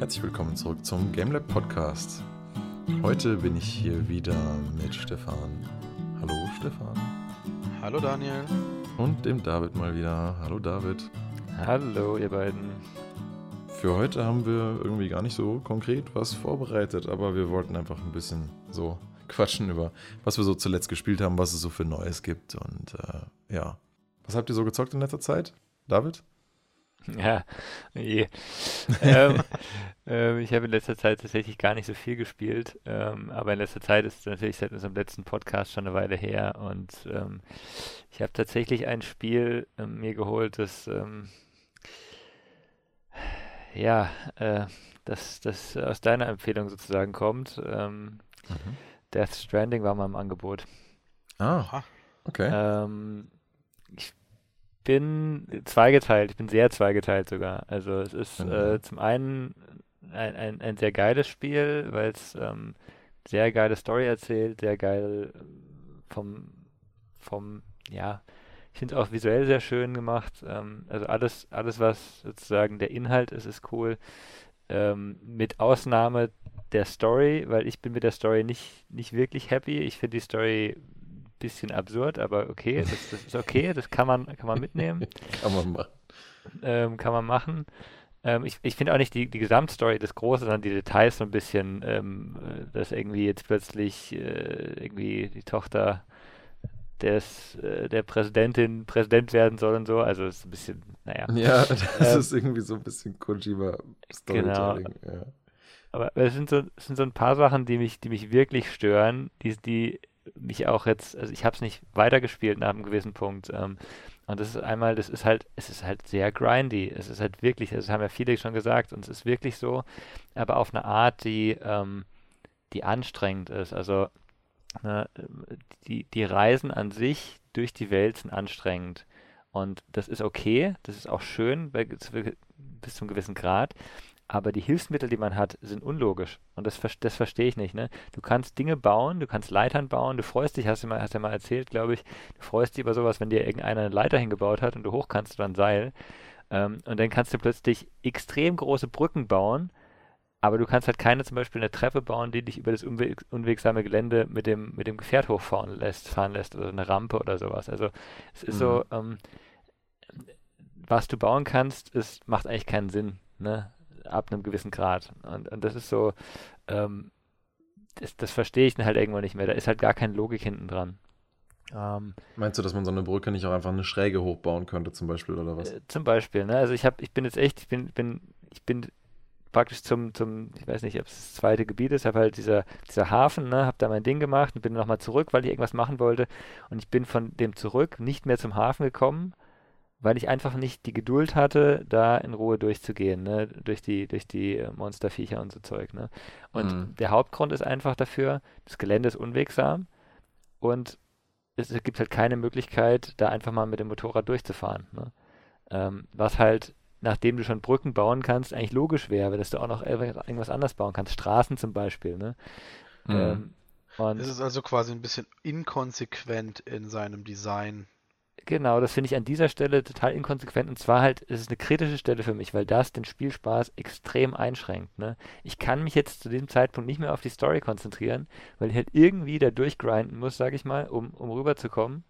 herzlich willkommen zurück zum GameLab Podcast. Heute bin ich hier wieder mit Stefan. Hallo Stefan. Hallo Daniel. Und dem David mal wieder. Hallo David. Hallo ihr beiden. Für heute haben wir irgendwie gar nicht so konkret was vorbereitet, aber wir wollten einfach ein bisschen so quatschen über, was wir so zuletzt gespielt haben, was es so für Neues gibt und ja. Was habt ihr so gezockt in letzter Zeit, David? Ja, je. Ich habe in letzter Zeit tatsächlich gar nicht so viel gespielt, aber in letzter Zeit ist es natürlich seit unserem letzten Podcast schon eine Weile her und ich habe tatsächlich ein Spiel mir geholt, das aus deiner Empfehlung sozusagen kommt. Death Stranding war mal im Angebot. Ah, okay. Ich bin zweigeteilt, ich bin sehr zweigeteilt sogar. Also es ist zum einen ein sehr geiles Spiel, weil es sehr geile Story erzählt, sehr geil ja, ich finde es auch visuell sehr schön gemacht. Also alles, was sozusagen der Inhalt ist cool. Mit Ausnahme der Story, weil ich bin mit der Story nicht wirklich happy. Ich finde die Story bisschen absurd, aber okay, das ist okay, das kann man mitnehmen. Kann man machen. Ich finde auch nicht die Gesamtstory das Große, sondern die Details so ein bisschen, dass irgendwie jetzt plötzlich irgendwie die Tochter der Präsident werden soll und so, also ist ein bisschen, naja. Ja, das ist irgendwie so ein bisschen Kojima-Storytelling. Genau. Ja. Aber es sind so ein paar Sachen, die mich wirklich stören, die mich auch jetzt, also ich habe es nicht weitergespielt nach einem gewissen Punkt. Und das ist einmal, es ist halt sehr grindy. Es ist halt wirklich, das haben ja viele schon gesagt, und es ist wirklich so, aber auf eine Art, die anstrengend ist. Also die Reisen an sich durch die Welt sind anstrengend. Und das ist okay, das ist auch schön bis zu einem gewissen Grad. Aber die Hilfsmittel, die man hat, sind unlogisch. Und das verstehe ich nicht. Ne? Du kannst Dinge bauen, du kannst Leitern bauen, du freust dich, hast du ja mal erzählt, glaube ich, du freust dich über sowas, wenn dir irgendeiner eine Leiter hingebaut hat und du hoch kannst oder ein Seil. Und dann kannst du plötzlich extrem große Brücken bauen, aber du kannst halt zum Beispiel eine Treppe bauen, die dich über das unwegsame Gelände mit dem Gefährt fahren lässt oder eine Rampe oder sowas. Also es ist so, was du bauen kannst, macht eigentlich keinen Sinn. Ne? Ab einem gewissen Grad. Und das ist so, das verstehe ich dann halt irgendwann nicht mehr. Da ist halt gar keine Logik hinten dran. Meinst du, dass man so eine Brücke nicht auch einfach eine Schräge hochbauen könnte, zum Beispiel, oder was? Zum Beispiel, ne? Also ich bin praktisch ich weiß nicht, ob es das zweite Gebiet ist, habe halt dieser Hafen, ne, habe da mein Ding gemacht und bin nochmal zurück, weil ich irgendwas machen wollte. Und ich bin von dem zurück nicht mehr zum Hafen gekommen, weil ich einfach nicht die Geduld hatte, da in Ruhe durchzugehen, ne? Durch die Monsterviecher und so Zeug, ne? Und der Hauptgrund ist einfach dafür, das Gelände ist unwegsam und es gibt halt keine Möglichkeit, da einfach mal mit dem Motorrad durchzufahren, ne? Was halt, nachdem du schon Brücken bauen kannst, eigentlich logisch wäre, dass du auch noch irgendwas anderes bauen kannst. Straßen zum Beispiel, ne? Es ist also quasi ein bisschen inkonsequent in seinem Design. Genau, das finde ich an dieser Stelle total inkonsequent. Und zwar halt, es ist eine kritische Stelle für mich, weil das den Spielspaß extrem einschränkt. Ne? Ich kann mich jetzt zu diesem Zeitpunkt nicht mehr auf die Story konzentrieren, weil ich halt irgendwie da durchgrinden muss, sage ich mal, um rüberzukommen.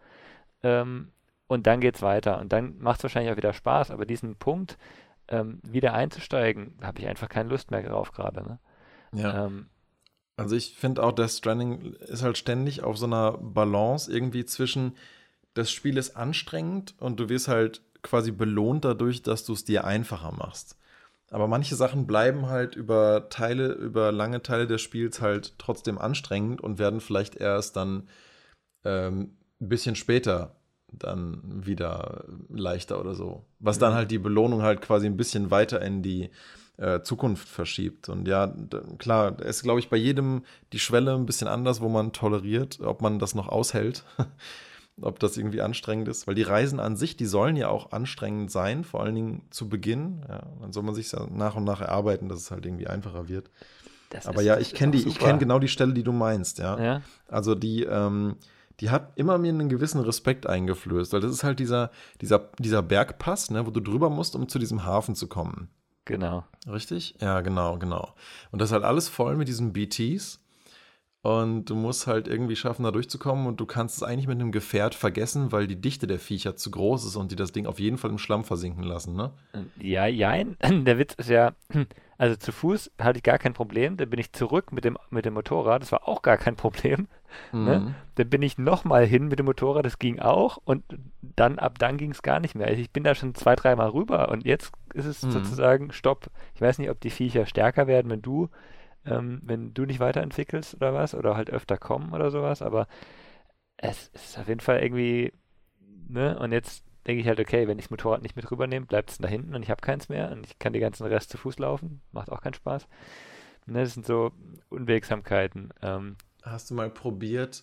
Und dann geht's weiter. Und dann macht es wahrscheinlich auch wieder Spaß. Aber diesen Punkt, wieder einzusteigen, habe ich einfach keine Lust mehr drauf gerade. Ne? Ja. Also ich finde auch, Death Stranding ist halt ständig auf so einer Balance irgendwie zwischen das Spiel ist anstrengend und du wirst halt quasi belohnt dadurch, dass du es dir einfacher machst. Aber manche Sachen bleiben halt über lange Teile des Spiels halt trotzdem anstrengend und werden vielleicht erst dann ein bisschen später dann wieder leichter oder so. Was dann halt die Belohnung halt quasi ein bisschen weiter in die Zukunft verschiebt. Und ja, klar, es ist, glaube ich, bei jedem die Schwelle ein bisschen anders, wo man toleriert, ob man das noch aushält. Ob das irgendwie anstrengend ist, weil die Reisen an sich, die sollen ja auch anstrengend sein, vor allen Dingen zu Beginn. Ja, dann soll man sich nach und nach erarbeiten, dass es halt irgendwie einfacher wird. Aber ja, ich kenne genau die Stelle, die du meinst, ja. Also die hat immer mir einen gewissen Respekt eingeflößt, weil das ist halt dieser Bergpass, ne, wo du drüber musst, um zu diesem Hafen zu kommen. Genau. Richtig? Ja, genau. Und das ist halt alles voll mit diesen BTs. Und du musst halt irgendwie schaffen, da durchzukommen. Und du kannst es eigentlich mit einem Gefährt vergessen, weil die Dichte der Viecher zu groß ist und die das Ding auf jeden Fall im Schlamm versinken lassen, ne? Ja, jein. Der Witz ist ja, also zu Fuß hatte ich gar kein Problem. Dann bin ich zurück mit dem Motorrad. Das war auch gar kein Problem. Ne? Mhm. Dann bin ich nochmal hin mit dem Motorrad. Das ging auch. Und ab dann ging es gar nicht mehr. Also ich bin da schon 2, 3 Mal rüber. Und jetzt ist es Mhm. sozusagen Stopp. Ich weiß nicht, ob die Viecher stärker werden, wenn du nicht weiterentwickelst oder was. Oder halt öfter kommen oder sowas. Aber es ist auf jeden Fall irgendwie, ne? Und jetzt denke ich halt, okay, wenn ich das Motorrad nicht mit rübernehme, bleibt es da hinten und ich habe keins mehr und ich kann den ganzen Rest zu Fuß laufen. Macht auch keinen Spaß. Ne, das sind so Unwegsamkeiten. Hast du mal probiert,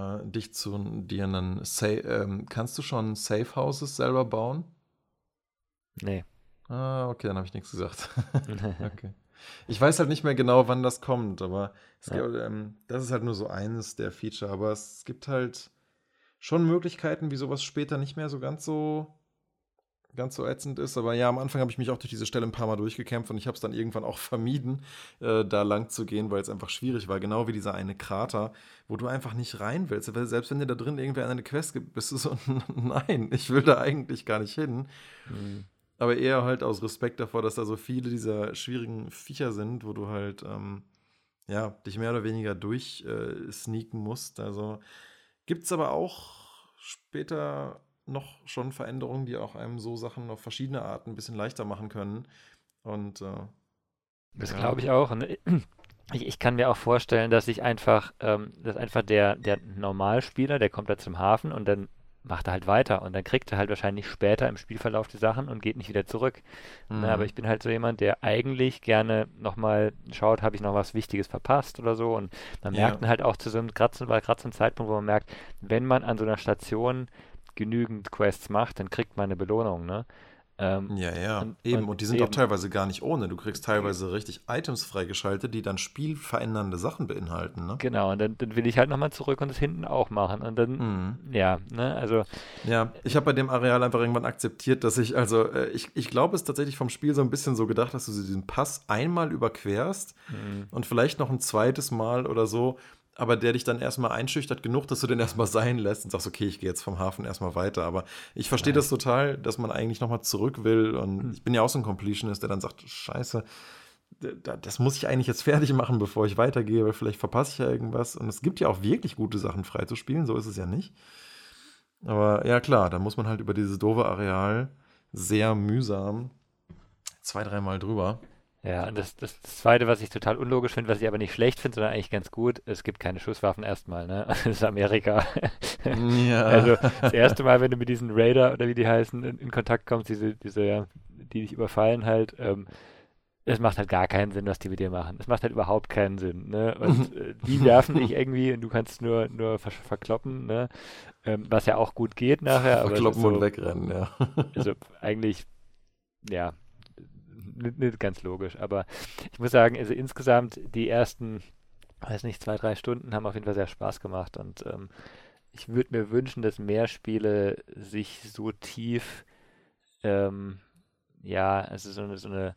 dir einen kannst du schon Safe Houses selber bauen? Nee. Ah, okay, dann habe ich nichts gesagt. Okay. Ich weiß halt nicht mehr genau, wann das kommt, aber Ja. das ist halt nur so eines der Feature. Aber es gibt halt schon Möglichkeiten, wie sowas später nicht mehr so ganz so ätzend ist. Aber ja, am Anfang habe ich mich auch durch diese Stelle ein paar Mal durchgekämpft und ich habe es dann irgendwann auch vermieden, da lang zu gehen, weil es einfach schwierig war. Genau wie dieser eine Krater, wo du einfach nicht rein willst. Weil selbst wenn dir da drin irgendwer eine Quest gibt, bist du so, nein, ich will da eigentlich gar nicht hin. Hm. Aber eher halt aus Respekt davor, dass da so viele dieser schwierigen Viecher sind, wo du halt, ja, dich mehr oder weniger sneaken musst. Also gibt es aber auch später noch schon Veränderungen, die auch einem so Sachen auf verschiedene Arten ein bisschen leichter machen können. Und Das ja, glaube ich auch. Und ich kann mir auch vorstellen, dass einfach der Normalspieler, der kommt da zum Hafen und dann macht er halt weiter und dann kriegt er halt wahrscheinlich später im Spielverlauf die Sachen und geht nicht wieder zurück. Na, aber mhm. ich bin halt so jemand, der eigentlich gerne nochmal schaut, habe ich noch was Wichtiges verpasst oder so. Und man merkt Ja, dann halt auch gerade so einem Zeitpunkt, wo man merkt, wenn man an so einer Station genügend Quests macht, dann kriegt man eine Belohnung, ne? Ähm, ja, und, eben. und Und die sind auch eben, teilweise gar nicht ohne. Du kriegst teilweise richtig Items freigeschaltet, die dann spielverändernde Sachen beinhalten, ne? genau, und dann will ich halt nochmal zurück und das hinten auch machen. Und dann, Mhm. ja, ne, also, Ja, ich habe bei dem Areal einfach irgendwann akzeptiert, dass ich glaube, es ist tatsächlich vom Spiel so ein bisschen so gedacht, dass du diesen Pass einmal überquerst mh, und vielleicht noch ein zweites Mal oder so, aber der dich dann erstmal einschüchtert genug, dass du den erstmal sein lässt und sagst, okay, ich gehe jetzt vom Hafen erstmal weiter. Aber ich verstehe das vielleicht. total, dass man eigentlich nochmal zurück will. Und Hm. ich bin ja auch so ein Completionist, der dann sagt, Scheiße, das muss ich eigentlich jetzt fertig machen, bevor ich weitergehe, weil vielleicht verpasse ich ja irgendwas. Und es gibt ja auch wirklich gute Sachen freizuspielen, so ist es ja nicht. Aber ja, klar, da muss man halt über dieses doofe Areal sehr mühsam 2, 3 Mal drüber. Ja, und das Zweite, was ich total unlogisch finde, was ich aber nicht schlecht finde, sondern eigentlich ganz gut, es gibt keine Schusswaffen erstmal, ne? Das ist Amerika. Ja, Also das erste Mal, wenn du mit diesen Raider oder wie die heißen, in Kontakt kommst, ja, die dich überfallen halt, es macht halt gar keinen Sinn, was die mit dir machen. Es macht halt überhaupt keinen Sinn, ne? Und die werfen dich irgendwie und du kannst nur verkloppen, ne? Was ja auch gut geht nachher, aber es ist verkloppen und so, wegrennen, ja. also eigentlich, ja, nicht ganz logisch. Aber ich muss sagen, also insgesamt die ersten, weiß nicht, 2, 3 Stunden haben auf jeden Fall sehr Spaß gemacht und ich würde mir wünschen, dass mehr Spiele sich so tief, ähm, ja, also so eine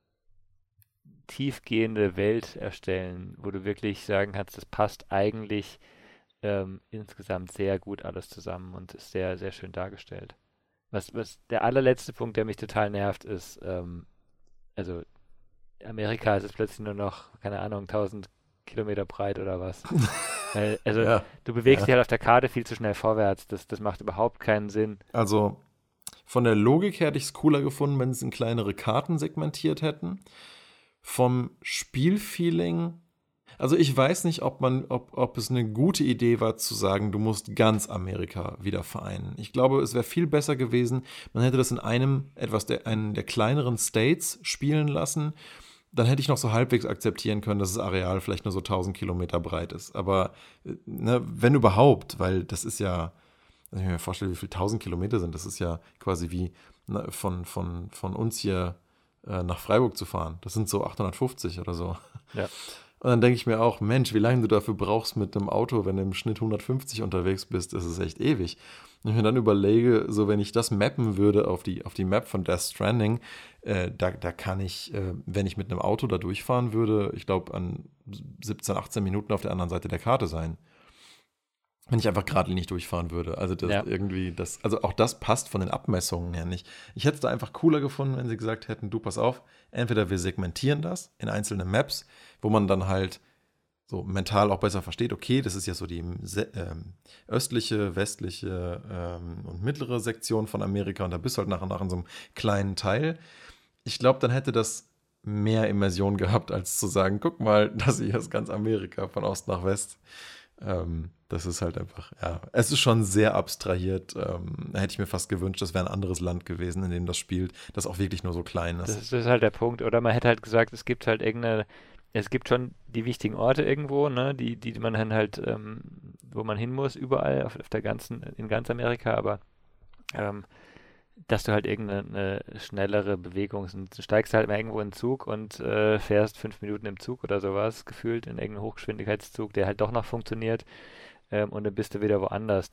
tiefgehende Welt erstellen, wo du wirklich sagen kannst, das passt eigentlich insgesamt sehr gut alles zusammen und ist sehr, sehr schön dargestellt. Was der allerletzte Punkt, der mich total nervt, ist, also Amerika ist jetzt plötzlich nur noch, keine Ahnung, 1000 Kilometer breit oder was. Also Ja, du bewegst ja. dich halt auf der Karte viel zu schnell vorwärts. Das macht überhaupt keinen Sinn. Also von der Logik her hätte ich es cooler gefunden, wenn sie es in kleinere Karten segmentiert hätten. Vom Spielfeeling, also ich weiß nicht, ob es eine gute Idee war zu sagen, du musst ganz Amerika wieder vereinen. Ich glaube, es wäre viel besser gewesen, man hätte das in einen der kleineren States spielen lassen. Dann hätte ich noch so halbwegs akzeptieren können, dass das Areal vielleicht nur so 1000 Kilometer breit ist. Aber ne, wenn überhaupt, weil das ist ja, wenn ich mir vorstelle, wie viel 1000 Kilometer sind, das ist ja quasi wie von uns hier nach Freiburg zu fahren. Das sind so 850 oder so. Ja. Und dann denke ich mir auch, Mensch, wie lange du dafür brauchst mit einem Auto, wenn du im Schnitt 150 unterwegs bist, das ist echt ewig. Und ich mir dann überlege, so wenn ich das mappen würde auf die Map von Death Stranding, da kann ich, wenn ich mit einem Auto da durchfahren würde, ich glaube an 17, 18 Minuten auf der anderen Seite der Karte sein. Wenn ich einfach geradlinig durchfahren würde. Also also auch das passt von den Abmessungen her nicht. Ich hätte es da einfach cooler gefunden, wenn sie gesagt hätten, du pass auf, entweder wir segmentieren das in einzelne Maps, wo man dann halt so mental auch besser versteht, okay, das ist ja so die östliche, westliche und mittlere Sektion von Amerika und da bist du halt nach und nach in so einem kleinen Teil. Ich glaube, dann hätte das mehr Immersion gehabt, als zu sagen, guck mal, das hier ist ganz Amerika, von Ost nach West. Das ist halt einfach, ja, es ist schon sehr abstrahiert. Da hätte ich mir fast gewünscht, das wäre ein anderes Land gewesen, in dem das spielt, das auch wirklich nur so klein ist. Das ist halt der Punkt. Oder man hätte halt gesagt, es gibt halt es gibt schon die wichtigen Orte irgendwo, ne, die man dann halt, wo man hin muss, überall in ganz Amerika, aber dass du halt irgendeine schnellere Bewegung, du steigst halt mal irgendwo in den Zug und fährst 5 Minuten im Zug oder sowas, gefühlt in irgendeinem Hochgeschwindigkeitszug, der halt doch noch funktioniert, und dann bist du wieder woanders.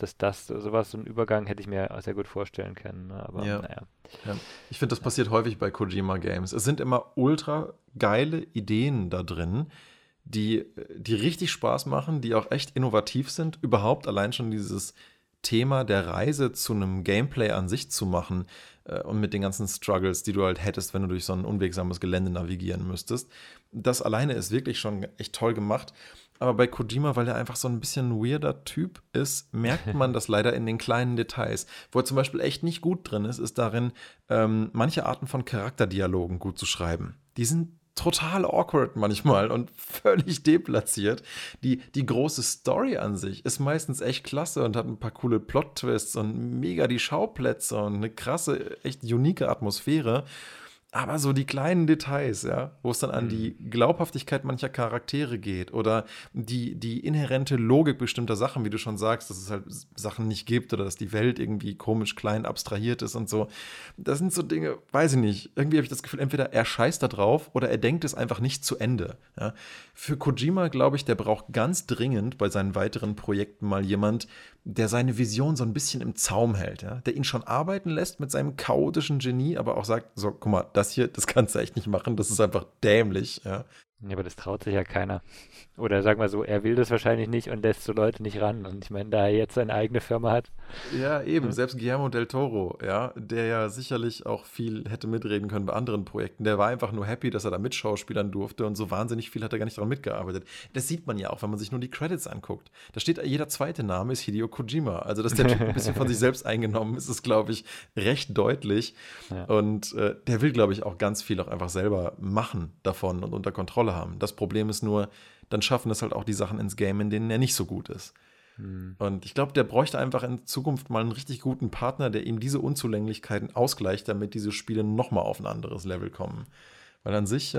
So einen Übergang hätte ich mir auch sehr gut vorstellen können. Ne? Aber Ja. naja. Ja. Ich finde, das passiert häufig bei Kojima Games. Es sind immer ultra geile Ideen da drin, die richtig Spaß machen, die auch echt innovativ sind. Überhaupt allein schon dieses Thema der Reise zu einem Gameplay an sich zu machen und mit den ganzen Struggles, die du halt hättest, wenn du durch so ein unwegsames Gelände navigieren müsstest. Das alleine ist wirklich schon echt toll gemacht. Aber bei Kojima, weil er einfach so ein bisschen ein weirder Typ ist, merkt man das leider in den kleinen Details. Wo er zum Beispiel echt nicht gut drin ist darin, manche Arten von Charakterdialogen gut zu schreiben. Die sind total awkward manchmal und völlig deplatziert. Die große Story an sich ist meistens echt klasse und hat ein paar coole Plot-Twists und mega die Schauplätze und eine krasse, echt unique Atmosphäre. Aber so die kleinen Details, ja, wo es dann an die Glaubhaftigkeit mancher Charaktere geht oder die inhärente Logik bestimmter Sachen, wie du schon sagst, dass es halt Sachen nicht gibt oder dass die Welt irgendwie komisch klein abstrahiert ist und so. Das sind so Dinge, weiß ich nicht. Irgendwie habe ich das Gefühl, entweder er scheißt da drauf oder er denkt es einfach nicht zu Ende. Ja. Für Kojima, glaube ich, der braucht ganz dringend bei seinen weiteren Projekten mal jemand, der seine Vision so ein bisschen im Zaum hält, ja? Der ihn schon arbeiten lässt mit seinem chaotischen Genie, aber auch sagt, so, guck mal, das hier, das kannst du echt nicht machen, das ist einfach dämlich, ja. Ja, aber das traut sich ja keiner. Oder sag mal so, er will das wahrscheinlich nicht und lässt so Leute nicht ran. Und ich meine, da er jetzt seine eigene Firma hat. Ja, eben, selbst Guillermo del Toro, ja, der ja sicherlich auch viel hätte mitreden können bei anderen Projekten, der war einfach nur happy, dass er da mitschauspielern durfte und so wahnsinnig viel hat er gar nicht daran mitgearbeitet. Das sieht man ja auch, wenn man sich nur die Credits anguckt. Da steht, jeder zweite Name ist Hideo Kojima. Also, dass der Typ ein bisschen von sich selbst eingenommen ist, ist, glaube ich, recht deutlich. Ja. Und der will, glaube ich, auch ganz viel auch einfach selber machen davon und unter Kontrolle haben. Das Problem ist nur, dann schaffen das halt auch die Sachen ins Game, in denen er nicht so gut ist. Und ich glaube, der bräuchte einfach in Zukunft mal einen richtig guten Partner, der ihm diese Unzulänglichkeiten ausgleicht, damit diese Spiele nochmal auf ein anderes Level kommen. Weil an sich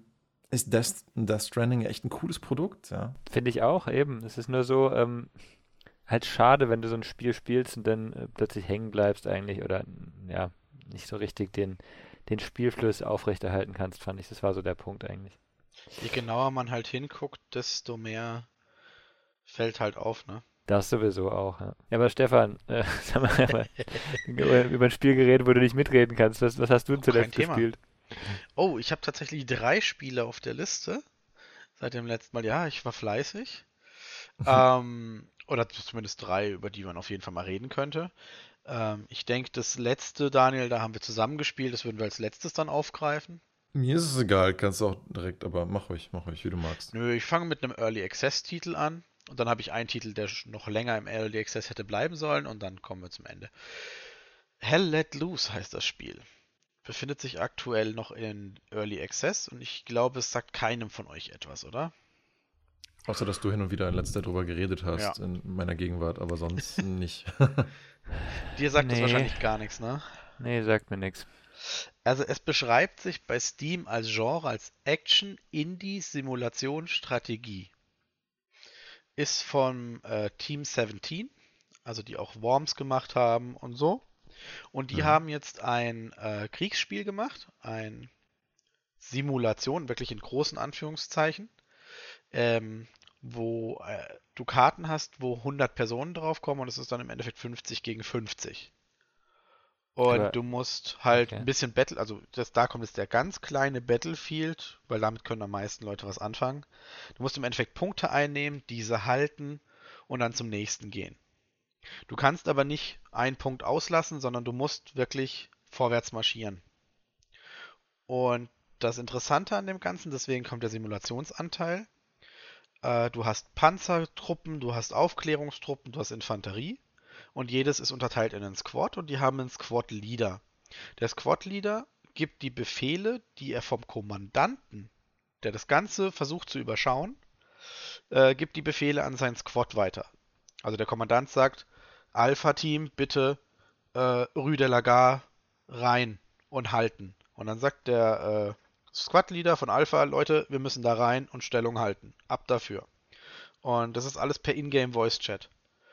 ist Death Stranding echt ein cooles Produkt, ja. Finde ich auch, eben. Es ist nur so, halt schade, wenn du so ein Spiel spielst und dann plötzlich hängen bleibst eigentlich oder ja, nicht so richtig den Spielfluss aufrechterhalten kannst, fand ich. Das war so der Punkt eigentlich. Je genauer man halt hinguckt, desto mehr fällt halt auf, ne? Das sowieso auch, ja. Ja, aber Stefan, sag mal, über ein Spiel geredet, wo du nicht mitreden kannst. Was hast du denn zuletzt gespielt? Oh, ich habe tatsächlich 3 Spiele auf der Liste seit dem letzten Mal. Ja, ich war fleißig. Oder zumindest 3, über die man auf jeden Fall mal reden könnte. Ich denke, das letzte, Daniel, da haben wir zusammen gespielt. Das würden wir als letztes dann aufgreifen. Mir ist es egal, kannst du auch direkt, aber mach ruhig, wie du magst. Nö, ich fange mit einem Early Access Titel an und dann habe ich einen Titel, der noch länger im Early Access hätte bleiben sollen und dann kommen wir zum Ende. Hell Let Loose heißt das Spiel. Befindet sich aktuell noch in Early Access und ich glaube, es sagt keinem von euch etwas, oder? Außer, dass du hin und wieder in letzter drüber geredet hast, in meiner Gegenwart, aber sonst nicht. Dir sagt das wahrscheinlich gar nichts, ne? Nee, sagt mir nichts. Also es beschreibt sich bei Steam als Genre, als Action, Indie, Simulation, Strategie. Ist von Team 17, also die auch Worms gemacht haben und so. Und die haben jetzt ein Kriegsspiel gemacht, ein Simulation, wirklich in großen Anführungszeichen, wo du Karten hast, wo 100 Personen draufkommen und es ist dann im Endeffekt 50 gegen 50. Aber, Und du musst halt okay. ein bisschen Battle, also da kommt jetzt der ganz kleine Battlefield, weil damit können am meisten Leute was anfangen. Du musst im Endeffekt Punkte einnehmen, diese halten und dann zum nächsten gehen. Du kannst aber nicht einen Punkt auslassen, sondern du musst wirklich vorwärts marschieren. Und das Interessante an dem Ganzen, deswegen kommt der Simulationsanteil. Du hast Panzertruppen, du hast Aufklärungstruppen, du hast Infanterie und jedes ist unterteilt in einen Squad und die haben einen Squad-Leader. Der Squad-Leader gibt die Befehle, die er vom Kommandanten, der das Ganze versucht zu überschauen, gibt die Befehle an seinen Squad weiter. Also der Kommandant sagt, Alpha-Team, bitte Rue de la Gare rein und halten. Und dann sagt der Squad-Leader von Alpha, Leute, wir müssen da rein und Stellung halten. Ab dafür. Und das ist alles per Ingame Voice Chat.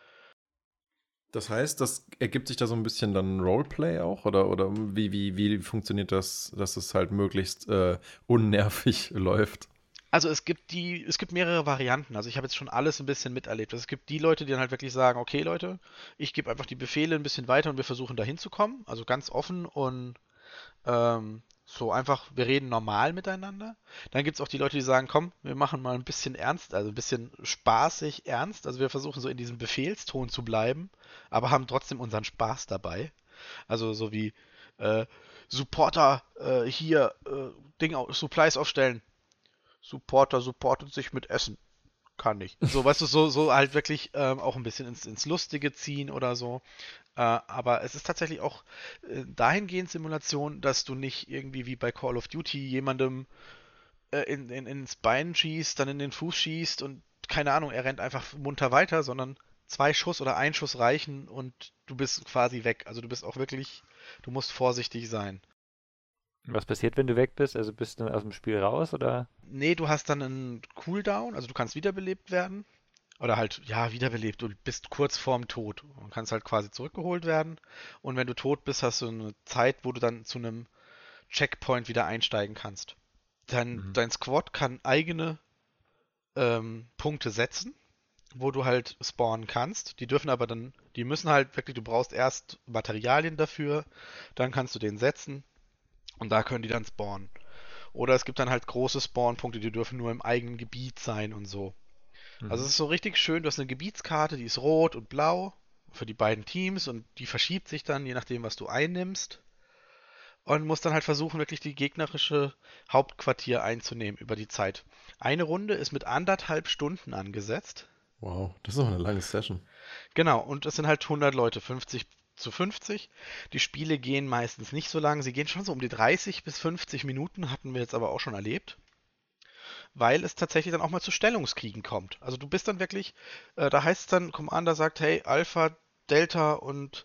Das heißt, das ergibt sich da so ein bisschen dann Roleplay auch? Oder wie funktioniert das, dass es halt möglichst unnervig läuft? Also es gibt mehrere Varianten. Also ich habe jetzt schon alles ein bisschen miterlebt. Also es gibt die Leute, die dann halt wirklich sagen, okay Leute, ich gebe einfach die Befehle ein bisschen weiter und wir versuchen da hinzukommen. Also ganz offen und so einfach, wir reden normal miteinander. Dann gibt es auch die Leute, die sagen, komm, wir machen mal ein bisschen ernst, also ein bisschen spaßig ernst. Also wir versuchen so in diesem Befehlston zu bleiben, aber haben trotzdem unseren Spaß dabei. Also so wie Supporter hier Supplies aufstellen. Supporter supportet sich mit Essen. Kann ich. So, weißt du, so halt wirklich auch ein bisschen ins Lustige ziehen oder so. Aber es ist tatsächlich auch dahingehend Simulation, dass du nicht irgendwie wie bei Call of Duty jemandem ins Bein schießt, dann in den Fuß schießt und keine Ahnung, er rennt einfach munter weiter, sondern 2 Schuss oder ein Schuss reichen und du bist quasi weg. Also du bist auch wirklich, du musst vorsichtig sein. Was passiert, wenn du weg bist? Also bist du aus dem Spiel raus oder? Nee, du hast dann einen Cooldown, also du kannst wiederbelebt werden. Oder halt, ja, wiederbelebt. Du bist kurz vorm Tod und kannst halt quasi zurückgeholt werden. Und wenn du tot bist, hast du eine Zeit, wo du dann zu einem Checkpoint wieder einsteigen kannst. Mhm. Dein Squad kann eigene Punkte setzen, wo du halt spawnen kannst. Die müssen halt wirklich, du brauchst erst Materialien dafür, dann kannst du den setzen und da können die dann spawnen. Oder es gibt dann halt große Spawnpunkte, die dürfen nur im eigenen Gebiet sein und so. Also Mhm. es ist so richtig schön, du hast eine Gebietskarte, die ist rot und blau für die beiden Teams und die verschiebt sich dann, je nachdem, was du einnimmst. Und musst dann halt versuchen, wirklich die gegnerische Hauptquartier einzunehmen über die Zeit. Eine Runde ist mit 1,5 Stunden angesetzt. Wow, das ist auch eine lange Session. Genau, und es sind halt 100 Leute, 50 zu 50. Die Spiele gehen meistens nicht so lang, sie gehen schon so um die 30 bis 50 Minuten, hatten wir jetzt aber auch schon erlebt. Weil es tatsächlich dann auch mal zu Stellungskriegen kommt. Also du bist dann wirklich, da heißt es dann, Commander sagt, hey, Alpha, Delta und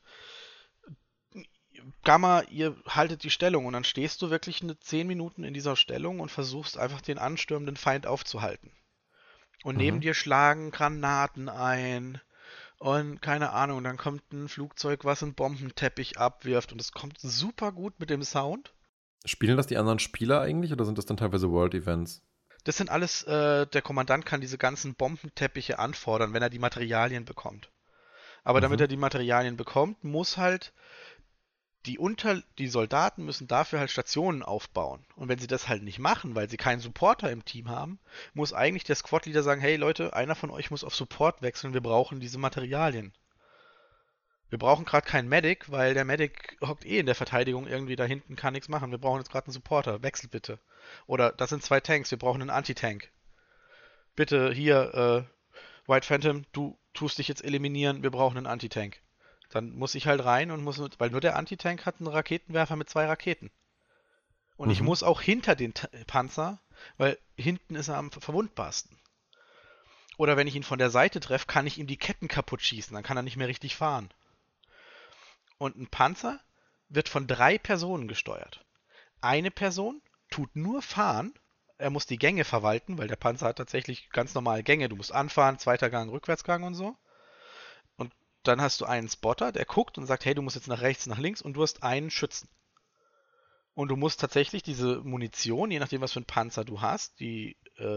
Gamma, ihr haltet die Stellung und dann stehst du wirklich 10 Minuten in dieser Stellung und versuchst einfach den anstürmenden Feind aufzuhalten. Und neben Mhm. dir schlagen Granaten ein und keine Ahnung, dann kommt ein Flugzeug, was einen Bombenteppich abwirft und es kommt super gut mit dem Sound. Spielen das die anderen Spieler eigentlich oder sind das dann teilweise World Events? Das sind alles, der Kommandant kann diese ganzen Bombenteppiche anfordern, wenn er die Materialien bekommt. Aber damit er Mhm. die Materialien bekommt, muss halt die Soldaten müssen dafür halt Stationen aufbauen. Und wenn sie das halt nicht machen, weil sie keinen Supporter im Team haben, muss eigentlich der Squad-Leader sagen, hey Leute, einer von euch muss auf Support wechseln, wir brauchen diese Materialien. Wir brauchen gerade keinen Medic, weil der Medic hockt eh in der Verteidigung irgendwie da hinten, kann nichts machen. Wir brauchen jetzt gerade einen Supporter, wechselt bitte. Oder das sind 2 Tanks, wir brauchen einen Anti-Tank. Bitte hier, White Phantom, du tust dich jetzt eliminieren, wir brauchen einen Anti-Tank. Dann muss ich halt rein und weil nur der Anti-Tank hat einen Raketenwerfer mit 2 Raketen. Und ich Mhm. muss auch hinter den Panzer, weil hinten ist er am verwundbarsten. Oder wenn ich ihn von der Seite treffe, kann ich ihm die Ketten kaputt schießen, dann kann er nicht mehr richtig fahren. Und ein Panzer wird von 3 Personen gesteuert. Eine Person tut nur fahren, er muss die Gänge verwalten, weil der Panzer hat tatsächlich ganz normale Gänge. Du musst anfahren, zweiter Gang, Rückwärtsgang und so. Und dann hast du einen Spotter, der guckt und sagt, hey, du musst jetzt nach rechts, nach links und du hast einen Schützen. Und du musst tatsächlich diese Munition, je nachdem, was für einen Panzer du hast, die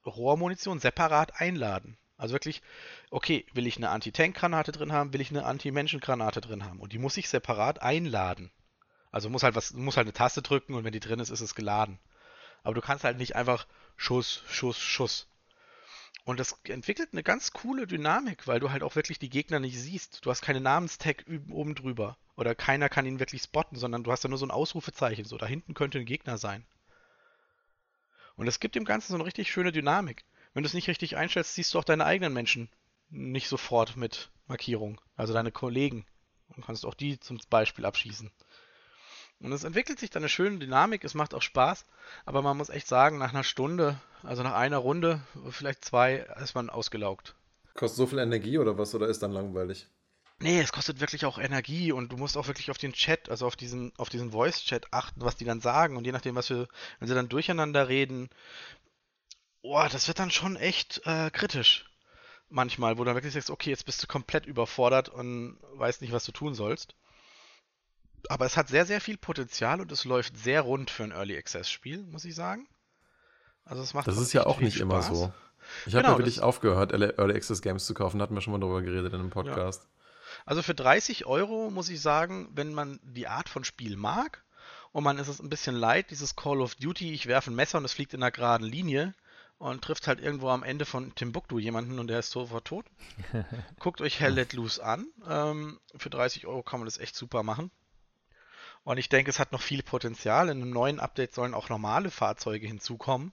Rohrmunition separat einladen. Also wirklich, okay, will ich eine Anti-Tank-Granate drin haben, will ich eine Anti-Menschen-Granate drin haben. Und die muss ich separat einladen. Also muss halt eine Taste drücken und wenn die drin ist, ist es geladen. Aber du kannst halt nicht einfach Schuss, Schuss, Schuss. Und das entwickelt eine ganz coole Dynamik, weil du halt auch wirklich die Gegner nicht siehst. Du hast keine Namenstag oben drüber. Oder keiner kann ihn wirklich spotten, sondern du hast da nur so ein Ausrufezeichen. So, da hinten könnte ein Gegner sein. Und das gibt dem Ganzen so eine richtig schöne Dynamik. Wenn du es nicht richtig einstellst, siehst du auch deine eigenen Menschen nicht sofort mit Markierung. Also deine Kollegen. Und kannst auch die zum Beispiel abschießen. Und es entwickelt sich dann eine schöne Dynamik, es macht auch Spaß, aber man muss echt sagen, nach einer Stunde, also nach einer Runde, vielleicht 2, ist man ausgelaugt. Kostet so viel Energie oder was? Oder ist dann langweilig? Nee, es kostet wirklich auch Energie und du musst auch wirklich auf den Chat, also auf diesen Voice-Chat achten, was die dann sagen. Und je nachdem, wenn sie dann durcheinander reden, oh, das wird dann schon echt kritisch. Manchmal, wo du dann wirklich sagst, okay, jetzt bist du komplett überfordert und weißt nicht, was du tun sollst. Aber es hat sehr, sehr viel Potenzial und es läuft sehr rund für ein Early Access Spiel, muss ich sagen. Also es macht Das auch ist ja echt auch viel nicht immer Spaß. so. Ich habe Genau, ja wirklich aufgehört, Early Access Games zu kaufen. Da hatten wir schon mal drüber geredet in einem ja. Podcast. Also für 30 € muss ich sagen, wenn man die Art von Spiel mag und man ist es ein bisschen leid, dieses Call of Duty, ich werfe ein Messer und es fliegt in einer geraden Linie und trifft halt irgendwo am Ende von Timbuktu jemanden und der ist sofort tot. Guckt euch Hell Let Loose an. Für 30 € kann man das echt super machen. Und ich denke, es hat noch viel Potenzial. In einem neuen Update sollen auch normale Fahrzeuge hinzukommen.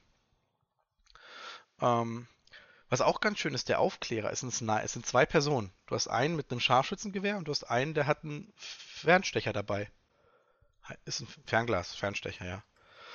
Ähm, Was auch ganz schön ist, der Aufklärer, es sind 2 Personen. Du hast einen mit einem Scharfschützengewehr und du hast einen, der hat einen Fernstecher dabei. Ist ein Fernstecher, ja.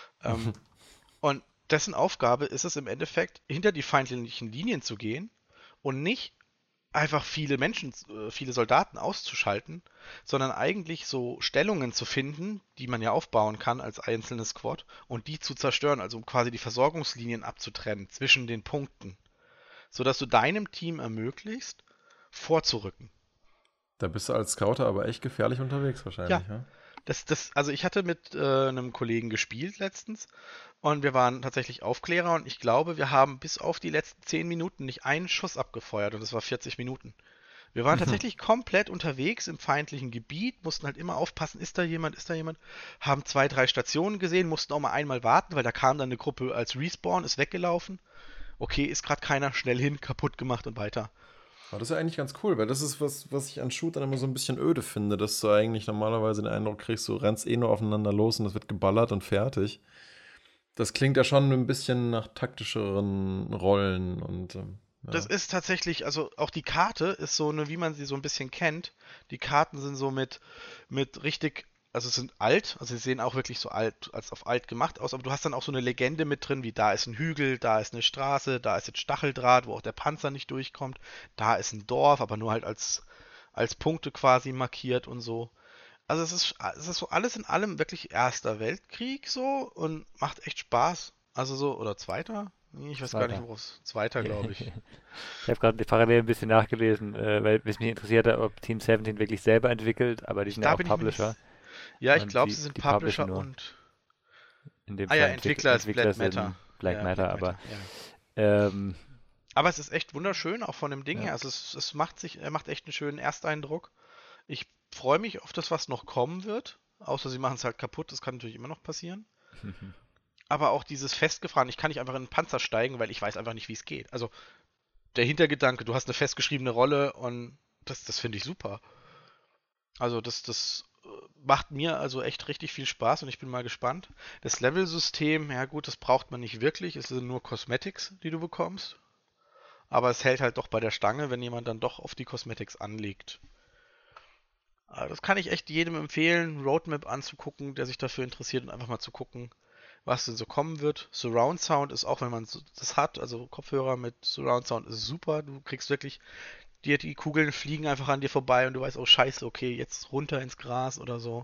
Und dessen Aufgabe ist es im Endeffekt, hinter die feindlichen Linien zu gehen und nicht einfach viele Soldaten auszuschalten, sondern eigentlich so Stellungen zu finden, die man ja aufbauen kann als einzelnes Squad und die zu zerstören, also um quasi die Versorgungslinien abzutrennen zwischen den Punkten, sodass du deinem Team ermöglicht, vorzurücken. Da bist du als Scouter aber echt gefährlich unterwegs Ja, wahrscheinlich, ja? also ich hatte mit einem Kollegen gespielt letztens und wir waren tatsächlich Aufklärer und ich glaube, wir haben bis auf die letzten 10 Minuten nicht einen Schuss abgefeuert und es war 40 Minuten. Wir waren tatsächlich komplett unterwegs im feindlichen Gebiet, mussten halt immer aufpassen, ist da jemand, haben 2, 3 Stationen gesehen, mussten auch mal einmal warten, weil da kam dann eine Gruppe als Respawn, ist weggelaufen. Okay, ist gerade keiner, schnell hin, kaputt gemacht und weiter. Aber das ist ja eigentlich ganz cool, weil das ist was ich an Shootern immer so ein bisschen öde finde, dass du eigentlich normalerweise den Eindruck kriegst, du rennst eh nur aufeinander los und es wird geballert und fertig. Das klingt ja schon ein bisschen nach taktischeren Rollen und Das ja. ist tatsächlich, also auch die Karte ist so eine, wie man sie so ein bisschen kennt. Die Karten sind so mit richtig, also sind alt, also sie sehen auch wirklich so alt, als auf alt gemacht aus, aber du hast dann auch so eine Legende mit drin, wie da ist ein Hügel, da ist eine Straße, da ist jetzt Stacheldraht, wo auch der Panzer nicht durchkommt, da ist ein Dorf, aber nur halt als Punkte quasi markiert und so. Also es ist so alles in allem wirklich Erster Weltkrieg so und macht echt Spaß. Also so, oder Zweiter? Nee, ich weiß gar nicht, Zweiter. worauf es. Zweiter, glaube ich. Ich habe gerade die parallel ein bisschen nachgelesen, weil es mich interessierte, ob Team 17 wirklich selber entwickelt, aber die sind ja Da auch bin ich mir nicht. Publisher Ja, ich und glaube, sie sind die publishen Publisher nur. und. In dem Ah ja, Fall Entwickler ist Entwickler Black Matter. sind Black Ja, Matter, Black aber Matter, ja. ähm, Aber es ist echt wunderschön, auch von dem Ding ja. her. Also er macht echt einen schönen Ersteindruck. Ich freue mich auf das, was noch kommen wird. Außer sie machen es halt kaputt, das kann natürlich immer noch passieren. Aber auch dieses Festgefahren, ich kann nicht einfach in einen Panzer steigen, weil ich weiß einfach nicht, wie es geht. Also der Hintergedanke, du hast eine festgeschriebene Rolle und das finde ich super. Also macht mir also echt richtig viel Spaß und ich bin mal gespannt. Das Level-System, ja gut, das braucht man nicht wirklich. Es sind nur Cosmetics, die du bekommst. Aber es hält halt doch bei der Stange, wenn jemand dann doch auf die Cosmetics anlegt. Aber das kann ich echt jedem empfehlen, Roadmap anzugucken, der sich dafür interessiert und einfach mal zu gucken, was denn so kommen wird. Surround Sound ist auch, wenn man das hat, also Kopfhörer mit Surround Sound ist super. Du kriegst wirklich, die Kugeln fliegen einfach an dir vorbei und du weißt, oh scheiße, okay, jetzt runter ins Gras oder so.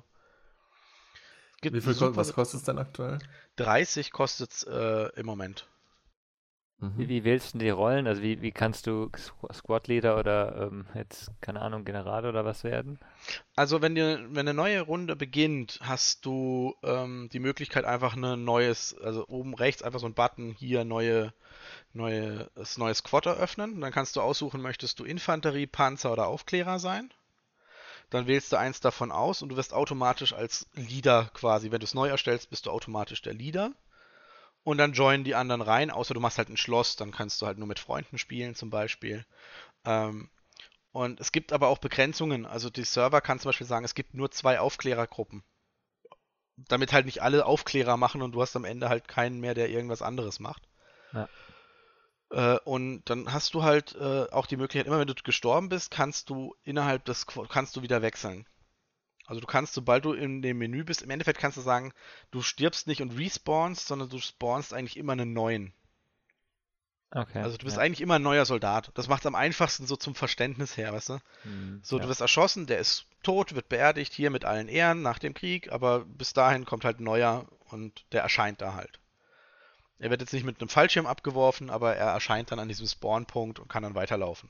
Es gibt super Was kostet es Situationen. denn aktuell? 30 kostet es im Moment. Mhm. Wie wählst du die Rollen? Also wie kannst du Squad Leader oder jetzt, keine Ahnung, General oder was werden? Also wenn eine neue Runde beginnt, hast du die Möglichkeit einfach also oben rechts einfach so ein Button, hier neues Squad eröffnen. Und dann kannst du aussuchen, möchtest du Infanterie, Panzer oder Aufklärer sein. Dann wählst du eins davon aus und du wirst automatisch als Leader quasi, wenn du es neu erstellst, bist du automatisch der Leader. Und dann joinen die anderen rein, außer du machst halt ein Schloss, dann kannst du halt nur mit Freunden spielen zum Beispiel. Ähm, und es gibt aber auch Begrenzungen. Also die Server kann zum Beispiel sagen, es gibt nur 2 Aufklärergruppen. Damit halt nicht alle Aufklärer machen und du hast am Ende halt keinen mehr, der irgendwas anderes macht. Ja. Und dann hast du halt auch die Möglichkeit, immer wenn du gestorben bist, kannst du kannst du wieder wechseln. Also du kannst, sobald du in dem Menü bist, im Endeffekt kannst du sagen, du stirbst nicht und respawnst, sondern du spawnst eigentlich immer einen neuen. Okay. Also du bist Ja. eigentlich immer ein neuer Soldat. Das macht es am einfachsten so zum Verständnis her, weißt du? So, du Ja. wirst erschossen, der ist tot, wird beerdigt hier mit allen Ehren nach dem Krieg, aber bis dahin kommt halt ein neuer und der erscheint da halt. Er wird jetzt nicht mit einem Fallschirm abgeworfen, aber er erscheint dann an diesem Spawnpunkt und kann dann weiterlaufen.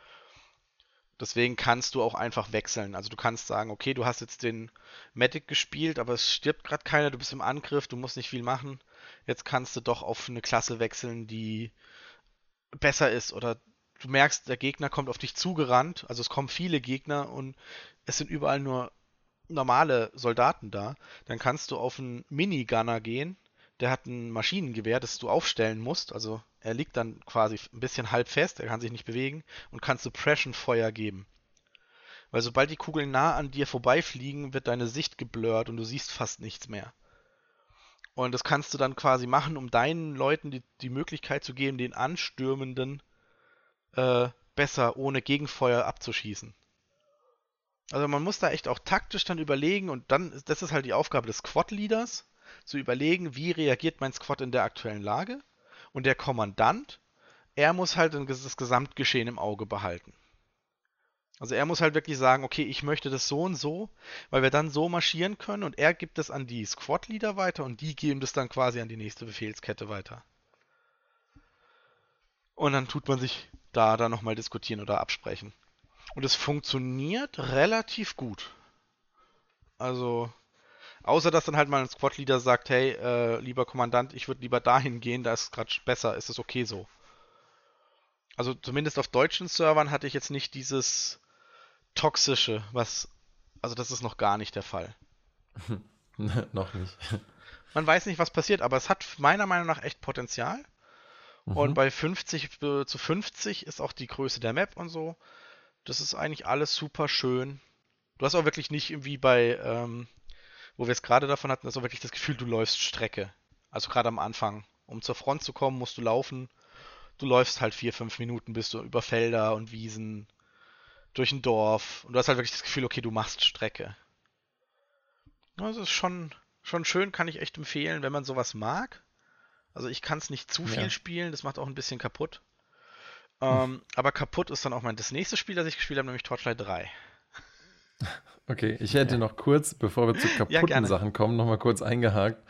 Deswegen kannst du auch einfach wechseln. Also du kannst sagen, okay, du hast jetzt den Medic gespielt, aber es stirbt gerade keiner, du bist im Angriff, du musst nicht viel machen. Jetzt kannst du doch auf eine Klasse wechseln, die besser ist oder du merkst, der Gegner kommt auf dich zugerannt, also es kommen viele Gegner und es sind überall nur normale Soldaten da, dann kannst du auf einen Minigunner gehen, der hat ein Maschinengewehr, das du aufstellen musst, also er liegt dann quasi ein bisschen halb fest, er kann sich nicht bewegen und kannst Suppression-Feuer geben. Weil sobald die Kugeln nah an dir vorbeifliegen, wird deine Sicht geblurrt und du siehst fast nichts mehr. Und das kannst du dann quasi machen, um deinen Leuten die Möglichkeit zu geben, den Anstürmenden besser ohne Gegenfeuer abzuschießen. Also man muss da echt auch taktisch dann überlegen und dann, das ist halt die Aufgabe des Squad-Leaders, zu überlegen, wie reagiert mein Squad in der aktuellen Lage. Und der Kommandant, er muss halt das Gesamtgeschehen im Auge behalten. Also er muss halt wirklich sagen, okay, ich möchte das so und so, weil wir dann so marschieren können und er gibt es an die Squad-Leader weiter und die geben das dann quasi an die nächste Befehlskette weiter. Und dann tut man sich da dann nochmal diskutieren oder absprechen. Und es funktioniert relativ gut. Also, außer dass dann halt mal ein Squad-Leader sagt, hey, lieber Kommandant, ich würde lieber dahin gehen, da ist es gerade besser, ist es okay so. Also zumindest auf deutschen Servern hatte ich jetzt nicht dieses Toxische, also das ist noch gar nicht der Fall. Noch nicht. Man weiß nicht, was passiert, aber es hat meiner Meinung nach echt Potenzial. Und Mhm. bei 50 zu 50 ist auch die Größe der Map und so. Das ist eigentlich alles super schön. Du hast auch wirklich nicht irgendwie wo wir es gerade davon hatten, hast du wirklich das Gefühl, du läufst Strecke. Also gerade am Anfang. Um zur Front zu kommen, musst du laufen. Du läufst halt 4, 5 Minuten, bist du über Felder und Wiesen, durch ein Dorf. Und du hast halt wirklich das Gefühl, okay, du machst Strecke. Das ist schon schön, kann ich echt empfehlen, wenn man sowas mag. Also ich kann es nicht zu viel Ja. spielen, das macht auch ein bisschen kaputt. Aber kaputt ist dann auch das nächste Spiel, das ich gespielt habe, nämlich Torchlight 3. Okay, ich hätte Ja. noch kurz, bevor wir zu Ja, kaputten gerne. Sachen kommen, noch mal kurz eingehakt,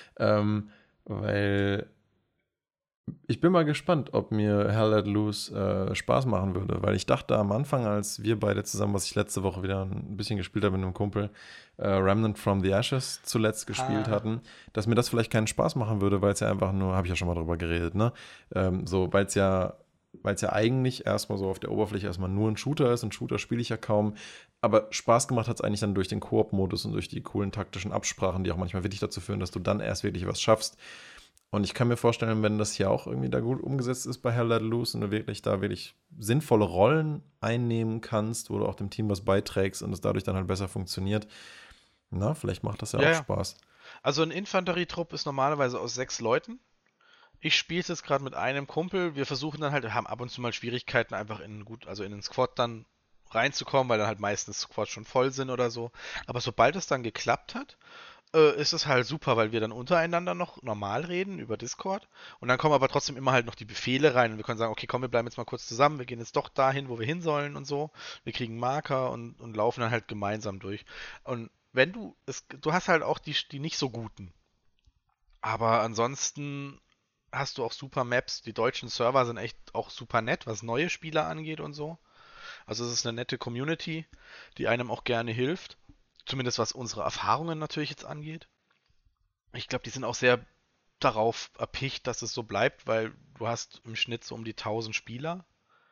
weil ich bin mal gespannt, ob mir Hell Let Loose Spaß machen würde, weil ich dachte am Anfang, als wir beide zusammen, was ich letzte Woche wieder ein bisschen gespielt habe mit einem Kumpel, Remnant from the Ashes zuletzt gespielt Ah, hatten, dass mir das vielleicht keinen Spaß machen würde, weil es ja einfach nur, habe ich ja schon mal drüber geredet, ne? So, weil es ja eigentlich erstmal so auf der Oberfläche erstmal nur ein Shooter ist. Und Shooter spiele ich ja kaum. Aber Spaß gemacht hat es eigentlich dann durch den Koop-Modus und durch die coolen taktischen Absprachen, die auch manchmal wirklich dazu führen, dass du dann erst wirklich was schaffst. Und ich kann mir vorstellen, wenn das hier auch irgendwie da gut umgesetzt ist bei Hell Let Loose und du wirklich da wirklich sinnvolle Rollen einnehmen kannst, wo du auch dem Team was beiträgst und es dadurch dann halt besser funktioniert, na, vielleicht macht das ja ja, auch ja. Spaß. Also ein Infanterietrupp ist normalerweise aus 6 Leuten. Ich spiele es jetzt gerade mit einem Kumpel. Wir versuchen dann halt, haben ab und zu mal Schwierigkeiten, einfach also in den Squad dann reinzukommen, weil dann halt meistens Squads schon voll sind oder so. Aber sobald es dann geklappt hat, ist es halt super, weil wir dann untereinander noch normal reden über Discord und dann kommen aber trotzdem immer halt noch die Befehle rein und wir können sagen, okay, komm, wir bleiben jetzt mal kurz zusammen, wir gehen jetzt doch dahin, wo wir hin sollen und so. Wir kriegen Marker und laufen dann halt gemeinsam durch. Und wenn du hast halt auch die nicht so guten. Aber ansonsten hast du auch super Maps. Die deutschen Server sind echt auch super nett, was neue Spieler angeht und so. Also es ist eine nette Community, die einem auch gerne hilft. Zumindest was unsere Erfahrungen natürlich jetzt angeht. Ich glaube, die sind auch sehr darauf erpicht, dass es so bleibt, weil du hast im Schnitt so um die 1000 Spieler,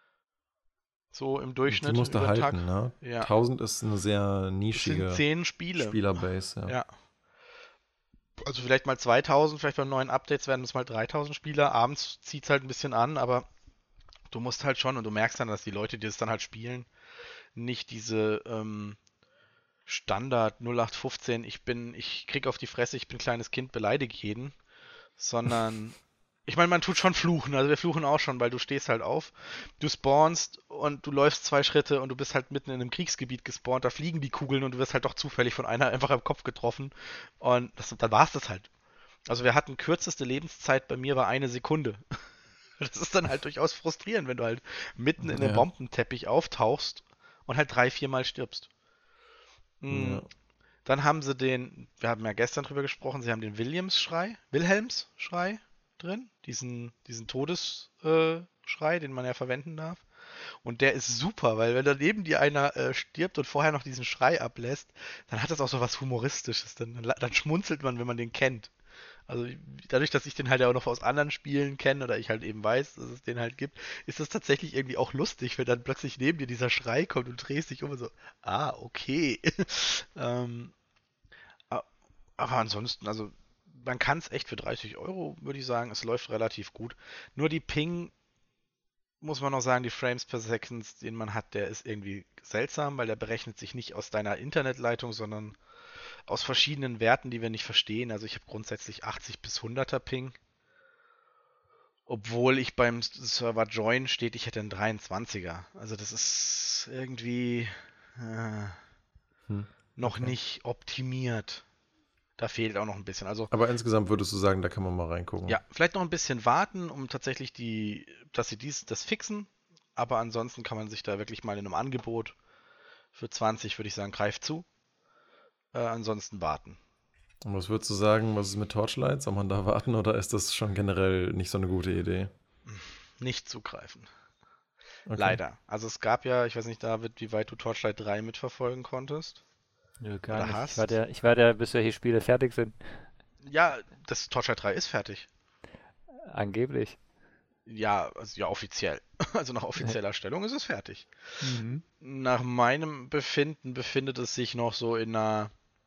so im Die Durchschnitt musst du über den Tag. halten, ne? Ja, 1000 ist eine sehr das sind nischige 10 Spiele. Spielerbase, ja. Ja, also vielleicht mal 2000, vielleicht beim neuen Updates werden es mal 3000 Spieler. Abends zieht es halt ein bisschen an, aber du musst halt schon und du merkst dann, dass die Leute, die das dann halt spielen, nicht diese Standard 0815, ich krieg auf die Fresse, ich bin kleines Kind, beleidige jeden, sondern ich meine, man tut schon fluchen, also wir fluchen auch schon, weil du stehst halt auf, du spawnst und du läufst 2 Schritte und du bist halt mitten in einem Kriegsgebiet gespawnt, da fliegen die Kugeln und du wirst halt doch zufällig von einer einfach am Kopf getroffen und dann war es das halt. Also wir hatten kürzeste Lebenszeit bei mir war 1 Sekunde. Das ist dann halt durchaus frustrierend, wenn du halt mitten in einem Ja, Bombenteppich auftauchst und halt 3, 4 Mal stirbst. Mm, ja. Dann haben sie wir haben ja gestern drüber gesprochen, sie haben den Wilhelms-Schrei drin, diesen Todesschrei, den man ja verwenden darf. Und der ist super, weil wenn daneben dir einer stirbt und vorher noch diesen Schrei ablässt, dann hat das auch so was Humoristisches. Dann schmunzelt man, wenn man den kennt. Also dadurch, dass ich den halt ja auch noch aus anderen Spielen kenne oder ich halt eben weiß, dass es den halt gibt, ist das tatsächlich irgendwie auch lustig, wenn dann plötzlich neben dir dieser Schrei kommt und drehst dich um und so, okay. ähm, a- aber ansonsten, also man kann es echt für 30 €, würde ich sagen, es läuft relativ gut. Nur die Ping, muss man noch sagen, die Frames per Second, den man hat, der ist irgendwie seltsam, weil der berechnet sich nicht aus deiner Internetleitung, sondern aus verschiedenen Werten, die wir nicht verstehen. Also ich habe grundsätzlich 80 bis 100er Ping, obwohl ich beim Server Join steht, ich hätte einen 23er. Also das ist irgendwie äh, Hm. noch Okay. nicht optimiert. Da fehlt auch noch ein bisschen. Also Aber insgesamt würdest du sagen, da kann man mal reingucken. ja, vielleicht noch ein bisschen warten, um tatsächlich dass sie das fixen. Aber ansonsten kann man sich da wirklich mal in einem Angebot für 20, würde ich sagen, greift zu. Ansonsten warten. Und was würdest du sagen, was ist mit Torchlight? Soll man da warten oder ist das schon generell nicht so eine gute Idee? Nicht zugreifen. Okay. Leider. Also es gab ja, ich weiß nicht, David, wie weit du Torchlight 3 mitverfolgen konntest Nö, gar oder nicht. hast. Ich warte ja, bis solche Spiele fertig sind. Ja, das Torchlight 3 ist fertig. Angeblich. Ja, also ja, offiziell. Also nach offizieller Stellung ist es fertig. Mhm. Nach meinem Befinden befindet es sich noch so in einer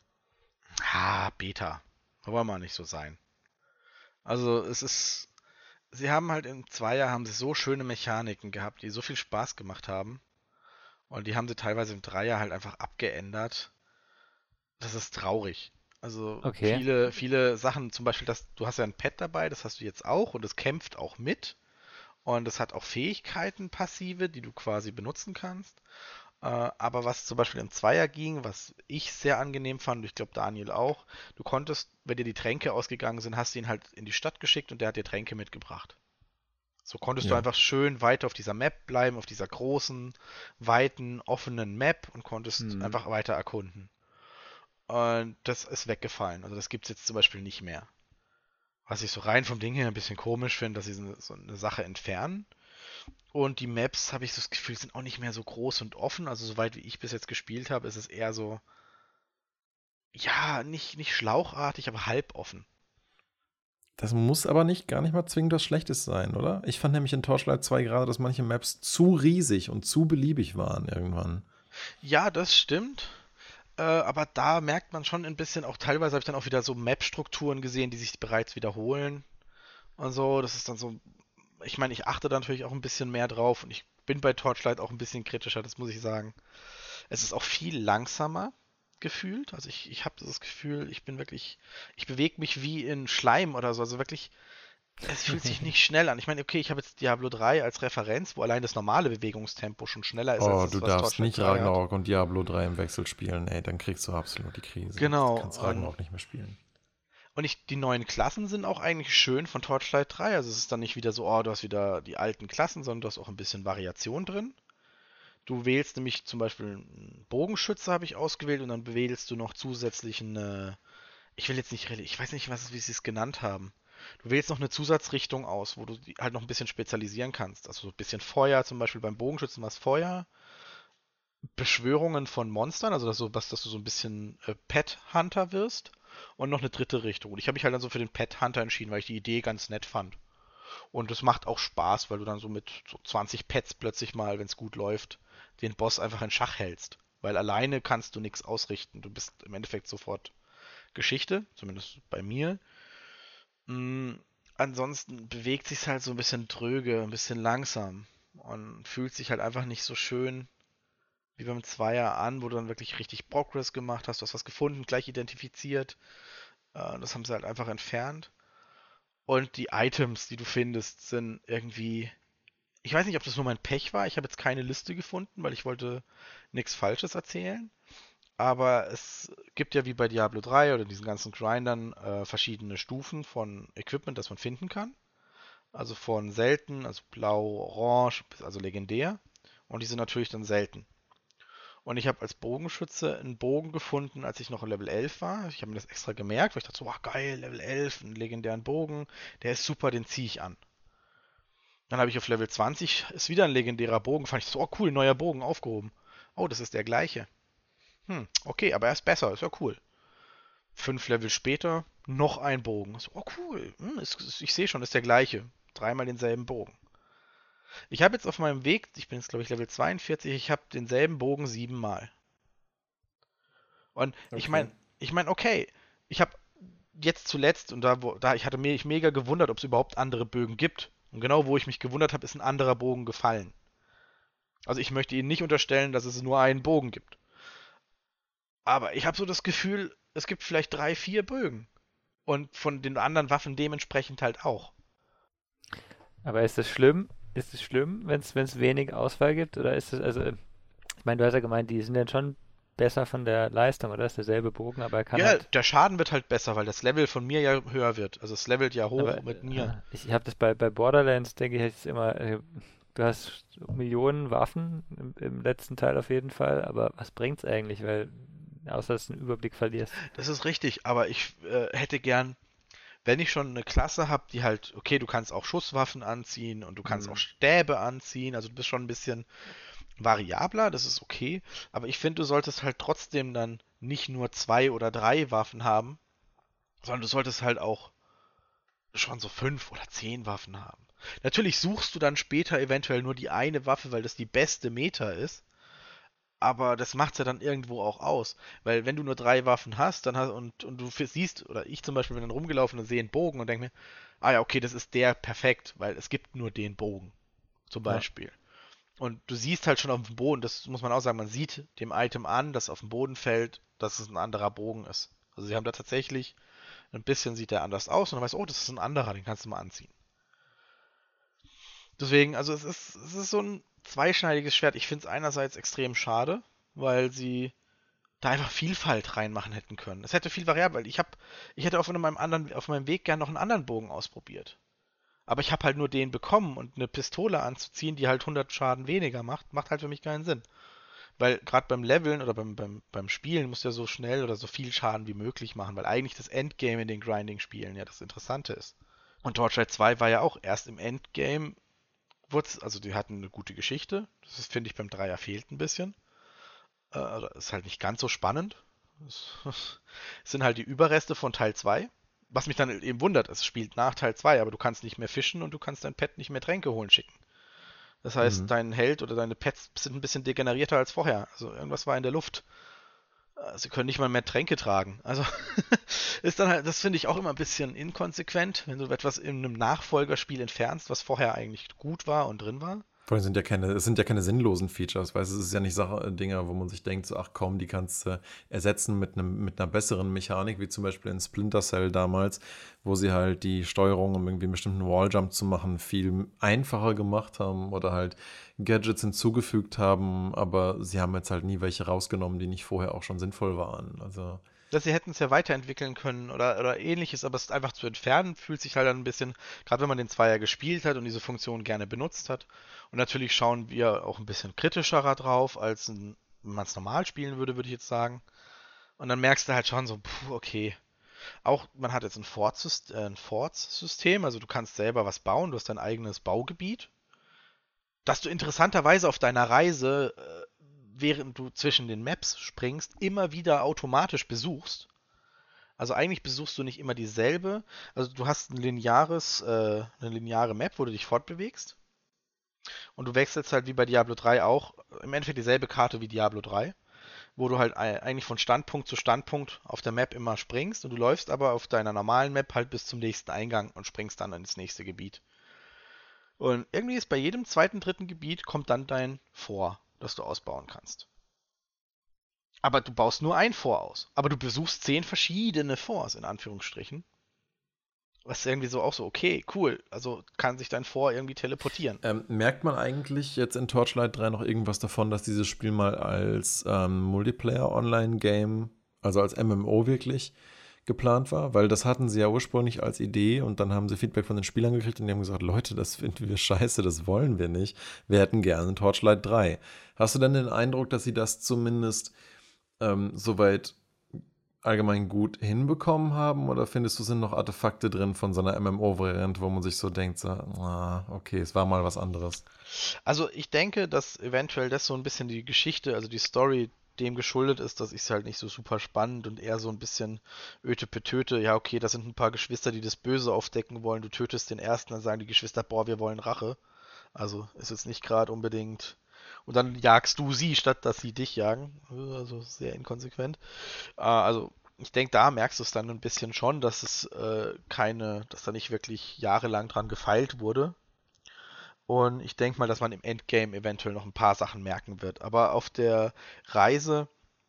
Beta. Wollen wir nicht so sein. Also sie haben halt im Zweier haben sie so schöne Mechaniken gehabt, die so viel Spaß gemacht haben. Und die haben sie teilweise im Dreier halt einfach abgeändert. Das ist traurig. Also Okay. viele Sachen, zum Beispiel, du hast ja ein Pad dabei, das hast du jetzt auch und es kämpft auch mit. Und es hat auch Fähigkeiten, passive, die du quasi benutzen kannst. Aber was zum Beispiel im Zweier ging, was ich sehr angenehm fand, und ich glaube Daniel auch, du konntest, wenn dir die Tränke ausgegangen sind, hast du ihn halt in die Stadt geschickt und der hat dir Tränke mitgebracht. So konntest du Ja. einfach schön weiter auf dieser Map bleiben, auf dieser großen, weiten, offenen Map und konntest Mhm. einfach weiter erkunden. Und das ist weggefallen. Also das gibt es jetzt zum Beispiel nicht mehr. Was ich so rein vom Ding her ein bisschen komisch finde, dass sie so eine Sache entfernen. Und die Maps, habe ich so das Gefühl, sind auch nicht mehr so groß und offen. Also soweit wie ich bis jetzt gespielt habe, ist es eher so, ja, nicht schlauchartig, aber halboffen. Das muss aber gar nicht mal zwingend was Schlechtes sein, oder? Ich fand nämlich in Torchlight 2 gerade, dass manche Maps zu riesig und zu beliebig waren irgendwann. Ja, das stimmt. Aber da merkt man schon ein bisschen, auch teilweise habe ich dann auch wieder so Map-Strukturen gesehen, die sich bereits wiederholen und so. Das ist dann so, ich meine, ich achte da natürlich auch ein bisschen mehr drauf und ich bin bei Torchlight auch ein bisschen kritischer, das muss ich sagen. Es ist auch viel langsamer gefühlt. Also ich habe das Gefühl, ich bewege mich wie in Schleim oder so. Also wirklich, es fühlt sich nicht schnell an. Ich meine, okay, ich habe jetzt Diablo 3 als Referenz, wo allein das normale Bewegungstempo schon schneller ist als Oh, du das, was darfst Torchlight nicht 3 hat. Ragnarok und Diablo 3 im Wechsel spielen. Ey, dann kriegst du absolut die Krise. Du Genau. kannst Ragnarok nicht mehr spielen. Und die neuen Klassen sind auch eigentlich schön von Torchlight 3. Also es ist dann nicht wieder so, oh, du hast wieder die alten Klassen, sondern du hast auch ein bisschen Variation drin. Du wählst nämlich zum Beispiel einen Bogenschütze, habe ich ausgewählt, und dann wählst du noch zusätzlich eine. Ich will jetzt nicht, ich weiß nicht, wie sie es genannt haben. Du wählst noch eine Zusatzrichtung aus, wo du halt noch ein bisschen spezialisieren kannst. Also so ein bisschen Feuer, zum Beispiel beim Bogenschützen was Feuer, Beschwörungen von Monstern, also dass du so ein bisschen Pet Hunter wirst. und noch eine dritte Richtung. Und ich habe mich halt dann so für den Pet Hunter entschieden, weil ich die Idee ganz nett fand. Und es macht auch Spaß, weil du dann so mit so 20 Pets plötzlich mal, wenn es gut läuft, den Boss einfach in Schach hältst. Weil alleine kannst du nichts ausrichten. Du bist im Endeffekt sofort Geschichte, zumindest bei mir. Mm, ansonsten bewegt sich halt so ein bisschen dröge, ein bisschen langsam und fühlt sich halt einfach nicht so schön wie beim Zweier an, wo du dann wirklich richtig Progress gemacht hast, du hast was gefunden, gleich identifiziert. Das haben sie halt einfach entfernt. Und die Items, die du findest, sind irgendwie. Ich weiß nicht, ob das nur mein Pech war. Ich habe jetzt keine Liste gefunden, weil ich wollte nichts Falsches erzählen. Aber es gibt ja wie bei Diablo 3 oder diesen ganzen Grindern verschiedene Stufen von Equipment, das man finden kann. Also von selten, also blau, orange, also legendär. Und die sind natürlich dann selten. Und ich habe als Bogenschütze einen Bogen gefunden, als ich noch Level 11 war. Ich habe mir das extra gemerkt, weil ich dachte so, wow, geil, Level 11, einen legendären Bogen. Der ist super, den ziehe ich an. Dann habe ich auf Level 20, ist wieder ein legendärer Bogen. Fand ich so, oh cool, neuer Bogen aufgehoben. Oh, das ist der gleiche. Okay, aber er ist besser, ist ja cool. 5 Level später, noch ein Bogen. So, oh cool, ich sehe schon, ist der gleiche. Dreimal denselben Bogen. Ich habe jetzt auf meinem Weg, ich bin jetzt glaube ich Level 42, ich habe denselben Bogen 7 Mal. Und ich Okay. meine, okay, ich habe jetzt zuletzt, und ich hatte mich mega gewundert, ob es überhaupt andere Bögen gibt. Und genau wo ich mich gewundert habe, ist ein anderer Bogen gefallen. Also ich möchte Ihnen nicht unterstellen, dass es nur einen Bogen gibt. Aber ich habe so das Gefühl, es gibt vielleicht 3, 4 Bögen. Und von den anderen Waffen dementsprechend halt auch. Aber ist das schlimm? Ist es schlimm, wenn es wenig Auswahl gibt? Oder ist es, also, ich meine, du hast ja gemeint, die sind dann schon besser von der Leistung, oder? Ist derselbe Bogen, aber er kann Ja, halt. der Schaden wird halt besser, weil das Level von mir ja höher wird. Also es levelt ja hoch Aber mit mir. ich habe das bei Borderlands, denke ich, jetzt immer, du hast Millionen Waffen im letzten Teil auf jeden Fall, aber was bringt's eigentlich? Weil, außer dass du einen Überblick verlierst. Das ist richtig, aber ich hätte gern, wenn ich schon eine Klasse habe, die halt, okay, du kannst auch Schusswaffen anziehen und du kannst auch Hm. Stäbe anziehen, also du bist schon ein bisschen variabler, das ist okay, aber ich finde, du solltest halt trotzdem dann nicht nur 2 oder 3 Waffen haben, sondern du solltest halt auch schon so 5 oder 10 Waffen haben. Natürlich suchst du dann später eventuell nur die eine Waffe, weil das die beste Meta ist, aber das macht's ja dann irgendwo auch aus. Weil wenn du nur 3 Waffen hast, dann und du siehst, oder ich zum Beispiel bin dann rumgelaufen und sehe einen Bogen und denke mir, ah ja, okay, das ist der perfekt, weil es gibt nur den Bogen, zum Ja. Beispiel. Und du siehst halt schon auf dem Boden, das muss man auch sagen, man sieht dem Item an, das auf dem Boden fällt, dass es ein anderer Bogen ist. Also sie haben da tatsächlich, ein bisschen sieht der anders aus und dann weißt du, oh, das ist ein anderer, den kannst du mal anziehen. Deswegen, also es ist so ein zweischneidiges Schwert. Ich finde es einerseits extrem schade, weil sie da einfach Vielfalt reinmachen hätten können. Es hätte viel variabel, weil ich hätte auf meinem Weg gern noch einen anderen Bogen ausprobiert. Aber ich habe halt nur den bekommen und eine Pistole anzuziehen, die halt 100 Schaden weniger macht halt für mich keinen Sinn. Weil gerade beim Leveln oder beim Spielen musst du ja so schnell oder so viel Schaden wie möglich machen, weil eigentlich das Endgame in den Grinding-Spielen ja das Interessante ist. Und Torchlight 2 war ja auch erst im Endgame, also die hatten eine gute Geschichte. Das finde ich beim Dreier fehlt ein bisschen. Ist halt nicht ganz so spannend. Es sind halt die Überreste von Teil 2. Was mich dann eben wundert, es spielt nach Teil 2, aber du kannst nicht mehr fischen und du kannst dein Pet nicht mehr Tränke holen schicken. Das heißt, Mhm. dein Held oder deine Pets sind ein bisschen degenerierter als vorher. Also irgendwas war in der Luft. Sie können nicht mal mehr Tränke tragen. Also ist dann halt, das finde ich auch immer ein bisschen inkonsequent, wenn du etwas in einem Nachfolgerspiel entfernst, was vorher eigentlich gut war und drin war. Vor allem es sind ja keine sinnlosen Features, weißt du, es ist ja nicht Dinger, wo man sich denkt, so, ach komm, die kannst du ersetzen mit einer besseren Mechanik, wie zum Beispiel in Splinter Cell damals, wo sie halt die Steuerung, um irgendwie einen bestimmten Walljump zu machen, viel einfacher gemacht haben oder halt Gadgets hinzugefügt haben, aber sie haben jetzt halt nie welche rausgenommen, die nicht vorher auch schon sinnvoll waren. Also, Dass sie hätten es ja weiterentwickeln können oder ähnliches, aber es einfach zu entfernen, fühlt sich halt dann ein bisschen, gerade wenn man den Zweier gespielt hat und diese Funktion gerne benutzt hat. Und natürlich schauen wir auch ein bisschen kritischer drauf, als wenn man es normal spielen würde, würde ich jetzt sagen. Und dann merkst du halt schon so, puh, okay. Auch, man hat jetzt ein Forts-System, also du kannst selber was bauen, du hast dein eigenes Baugebiet, das du interessanterweise auf deiner Reise, während du zwischen den Maps springst, immer wieder automatisch besuchst. Also eigentlich besuchst du nicht immer dieselbe. Also du hast eine lineare Map, wo du dich fortbewegst. Und du wechselst halt wie bei Diablo 3 auch im Endeffekt dieselbe Karte wie Diablo 3, wo du halt eigentlich von Standpunkt zu Standpunkt auf der Map immer springst und du läufst aber auf deiner normalen Map halt bis zum nächsten Eingang und springst dann ins nächste Gebiet. Und irgendwie ist bei jedem zweiten, dritten Gebiet kommt dann dein Fort, das du ausbauen kannst. Aber du baust nur ein Fort aus. Aber du besuchst 10 verschiedene Forts, in Anführungsstrichen. Was irgendwie so auch so, okay, cool. Also kann sich dein Fort irgendwie teleportieren. Merkt man eigentlich jetzt in Torchlight 3 noch irgendwas davon, dass dieses Spiel mal als Multiplayer-Online-Game, also als MMO wirklich geplant war? Weil das hatten sie ja ursprünglich als Idee und dann haben sie Feedback von den Spielern gekriegt und die haben gesagt, Leute, das finden wir scheiße, das wollen wir nicht. Wir hätten gerne Torchlight 3. Hast du denn den Eindruck, dass sie das zumindest soweit allgemein gut hinbekommen haben oder findest du, sind noch Artefakte drin von so einer MMO-Variante, wo man sich so denkt, so, okay, es war mal was anderes. Also ich denke, dass eventuell das so ein bisschen die Geschichte, also die Story dem geschuldet ist, dass ich es halt nicht so super spannend und eher so ein bisschen Öte-Petöte, ja okay, das sind ein paar Geschwister, die das Böse aufdecken wollen, du tötest den ersten, dann sagen die Geschwister, boah, wir wollen Rache. Also ist jetzt nicht gerade unbedingt. Und dann jagst du sie, statt dass sie dich jagen. Also sehr inkonsequent. Also ich denke, da merkst du es dann ein bisschen schon, dass es dass da nicht wirklich jahrelang dran gefeilt wurde. Und ich denke mal, dass man im Endgame eventuell noch ein paar Sachen merken wird. Aber auf der Reise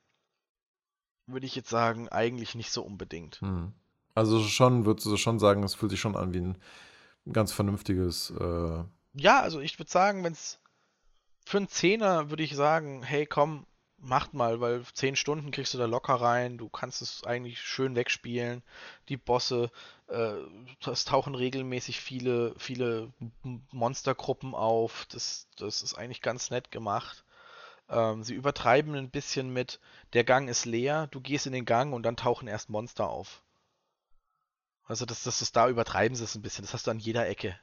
würde ich jetzt sagen, eigentlich nicht so unbedingt. Hm. Also schon, würdest du schon sagen, es fühlt sich schon an wie ein ganz vernünftiges. Ja, also ich würde sagen, wenn es für einen Zehner würde ich sagen, hey komm, macht mal, weil 10 Stunden kriegst du da locker rein, du kannst es eigentlich schön wegspielen. Die Bosse, äh, es tauchen regelmäßig viele Monstergruppen auf. Das ist eigentlich ganz nett gemacht. Sie übertreiben ein bisschen mit, der Gang ist leer, du gehst in den Gang und dann tauchen erst Monster auf. Also da übertreiben sie es ein bisschen. Das hast du an jeder Ecke.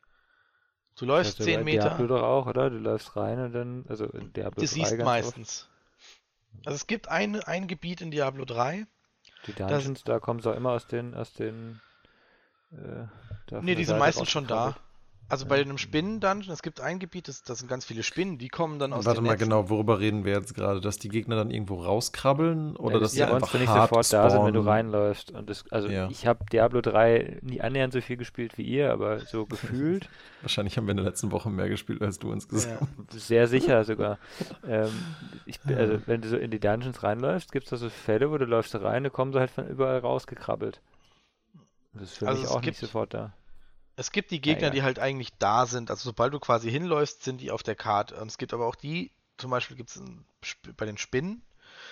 Du Das läufst hast du bei 10 Diablo Meter, doch auch, oder? Du läufst rein und dann, also in Diablo du 3 siehst ganz oft. meistens. Also es gibt ein Gebiet in Diablo 3, Die da, Dungeons, da kommen sie auch immer äh, da von ne, der die sind Seite meistens schon da. rausgekrabbelt. Also bei Ja. einem Spinnen-Dungeon, es gibt ein Gebiet, das sind ganz viele Spinnen, die kommen dann aus Warte den mal, Netzen. genau, worüber reden wir jetzt gerade? Dass die Gegner dann irgendwo rauskrabbeln Ja, oder dass dass die sie Monster einfach nicht hart sofort da sind, wenn du spawnen? reinläufst. Und also Ja. ich habe Diablo 3 nie annähernd so viel gespielt wie ihr, aber so gefühlt Wahrscheinlich haben wir in der letzten Woche mehr gespielt als du Ja. insgesamt. sehr sicher sogar. Also wenn du so in die Dungeons reinläufst, gibt es da so Fälle, wo du läufst da rein, da kommen sie halt von überall rausgekrabbelt. Das ist für Also mich auch nicht sofort da. es gibt die Na Gegner, egal. die halt eigentlich da sind. Also sobald du quasi hinläufst, sind die auf der Karte. Und es gibt aber auch die, zum Beispiel gibt es bei den Spinnen,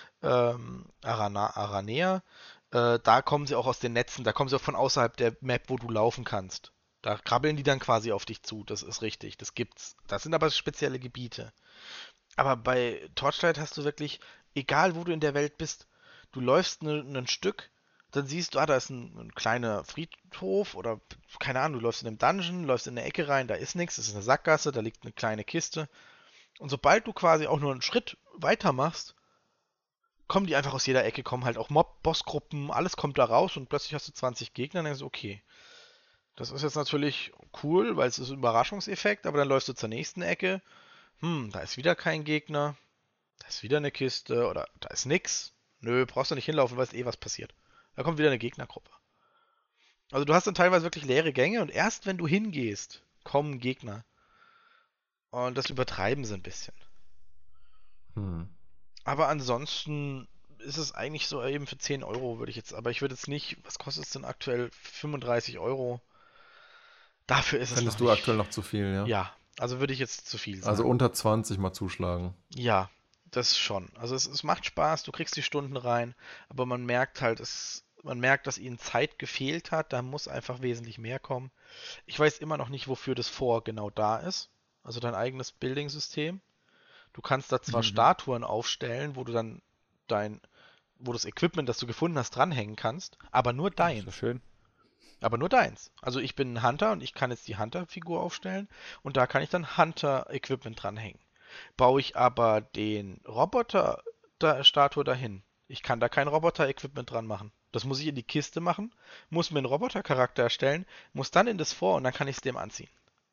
Aranea, da kommen sie auch aus den Netzen, da kommen sie auch von außerhalb der Map, wo du laufen kannst. Da krabbeln die dann quasi auf dich zu, das ist richtig, das gibt's. Das sind aber spezielle Gebiete. Aber bei Torchlight hast du wirklich, egal wo du in der Welt bist, du läufst ein Stück, dann siehst du, da ist ein kleiner Friedhof oder keine Ahnung, du läufst in einem Dungeon, läufst in eine Ecke rein, da ist nichts, das ist eine Sackgasse, da liegt eine kleine Kiste. Und sobald du quasi auch nur einen Schritt weiter machst, kommen die einfach aus jeder Ecke, kommen halt auch Mob-Bossgruppen, alles kommt da raus und plötzlich hast du 20 Gegner und denkst, okay, das ist jetzt natürlich cool, weil es ist ein Überraschungseffekt, aber dann läufst du zur nächsten Ecke, da ist wieder kein Gegner, da ist wieder eine Kiste oder da ist nix. Nö, brauchst du nicht hinlaufen, weißt eh, was passiert. Da kommt wieder eine Gegnergruppe. Also du hast dann teilweise wirklich leere Gänge und erst wenn du hingehst, kommen Gegner. Und das übertreiben sie ein bisschen. Hm. Aber ansonsten ist es eigentlich so eben für 10 Euro würde ich jetzt, aber ich würde jetzt nicht, was kostet es denn aktuell? 35 Euro. Dafür ist es noch Fändest du aktuell nicht. noch zu viel, ja? Ja, also würde ich jetzt zu viel Also sagen. unter 20 mal zuschlagen. Ja, das schon. Also es macht Spaß, du kriegst die Stunden rein, aber man merkt halt, man merkt, dass ihnen Zeit gefehlt hat, da muss einfach wesentlich mehr kommen. Ich weiß immer noch nicht, wofür das Fort genau da ist. Also dein eigenes Building-System. Du kannst da zwar Mhm. Statuen aufstellen, wo du dann dein, wo das Equipment, das du gefunden hast, dranhängen kannst, aber nur Das ist doch deins. schön. Aber nur deins. Also ich bin ein Hunter und ich kann jetzt die Hunter-Figur aufstellen und da kann ich dann Hunter-Equipment dranhängen. Baue ich aber den Roboter-Statue dahin. Ich kann da kein Roboter-Equipment dran machen. Das muss ich in die Kiste machen, muss mir einen Robotercharakter erstellen, muss dann in das Vor und dann kann ich es dem anziehen.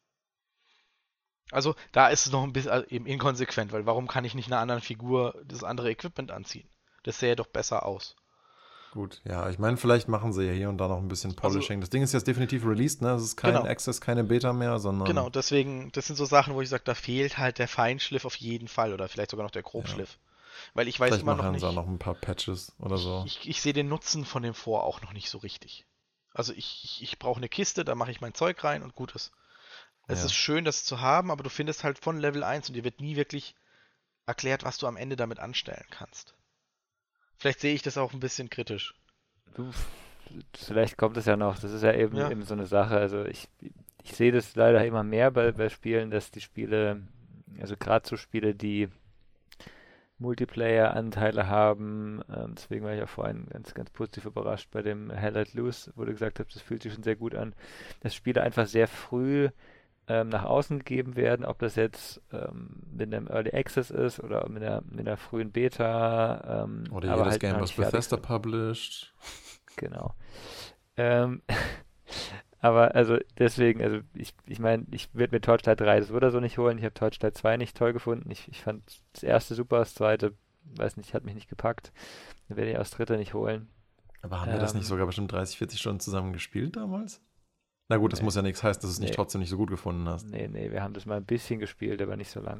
Also da ist es noch ein bisschen eben inkonsequent, weil warum kann ich nicht einer anderen Figur das andere Equipment anziehen? Das sähe doch besser aus. Gut, ja, ich meine, vielleicht machen sie ja hier und da noch ein bisschen Also, Polishing. Das Ding ist jetzt definitiv released, ne? Es ist kein genau, Access, keine Beta mehr, sondern genau, deswegen, das sind so Sachen, wo ich sage, da fehlt halt der Feinschliff auf jeden Fall oder vielleicht sogar noch der ja. Grobschliff. Weil ich weiß Vielleicht immer noch machen sie auch nicht, noch ein paar Patches oder so. ich sehe den Nutzen von dem Vor auch noch nicht so richtig. Also ich brauche eine Kiste, da mache ich mein Zeug rein und gut ist. Es ist Ja. schön, das zu haben, aber du findest halt von Level 1 und dir wird nie wirklich erklärt, was du am Ende damit anstellen kannst. Vielleicht sehe ich das auch ein bisschen kritisch. Du, vielleicht kommt es ja noch. Das ist ja Ja, eben so eine Sache. Also ich sehe das leider immer mehr bei Spielen, dass die Spiele, also gerade so Spiele, die Multiplayer-Anteile haben. Deswegen war ich auch vorhin ganz positiv überrascht bei dem Hell Let Loose, wo du gesagt hast, das fühlt sich schon sehr gut an, dass Spiele einfach sehr früh nach außen gegeben werden, ob das jetzt mit einem Early Access ist oder mit einer frühen Beta, Oder aber jedes halt Game, noch was nicht fertig Bethesda sind. published. Genau. Ähm, aber also deswegen, also ich meine, ich werde mir Torchlight 3 das oder so nicht holen. Ich habe Torchlight 2 nicht toll gefunden. Ich fand das erste super, das zweite, weiß nicht, hat mich nicht gepackt. Dann werde ich auch das dritte nicht holen. Aber haben wir das nicht Ähm, sogar bestimmt 30, 40 Stunden zusammen gespielt damals? Na gut, das nee, muss ja nichts heißen, dass du es nicht nee, trotzdem nicht so gut gefunden hast. nee, wir haben das mal ein bisschen gespielt, aber nicht so lang.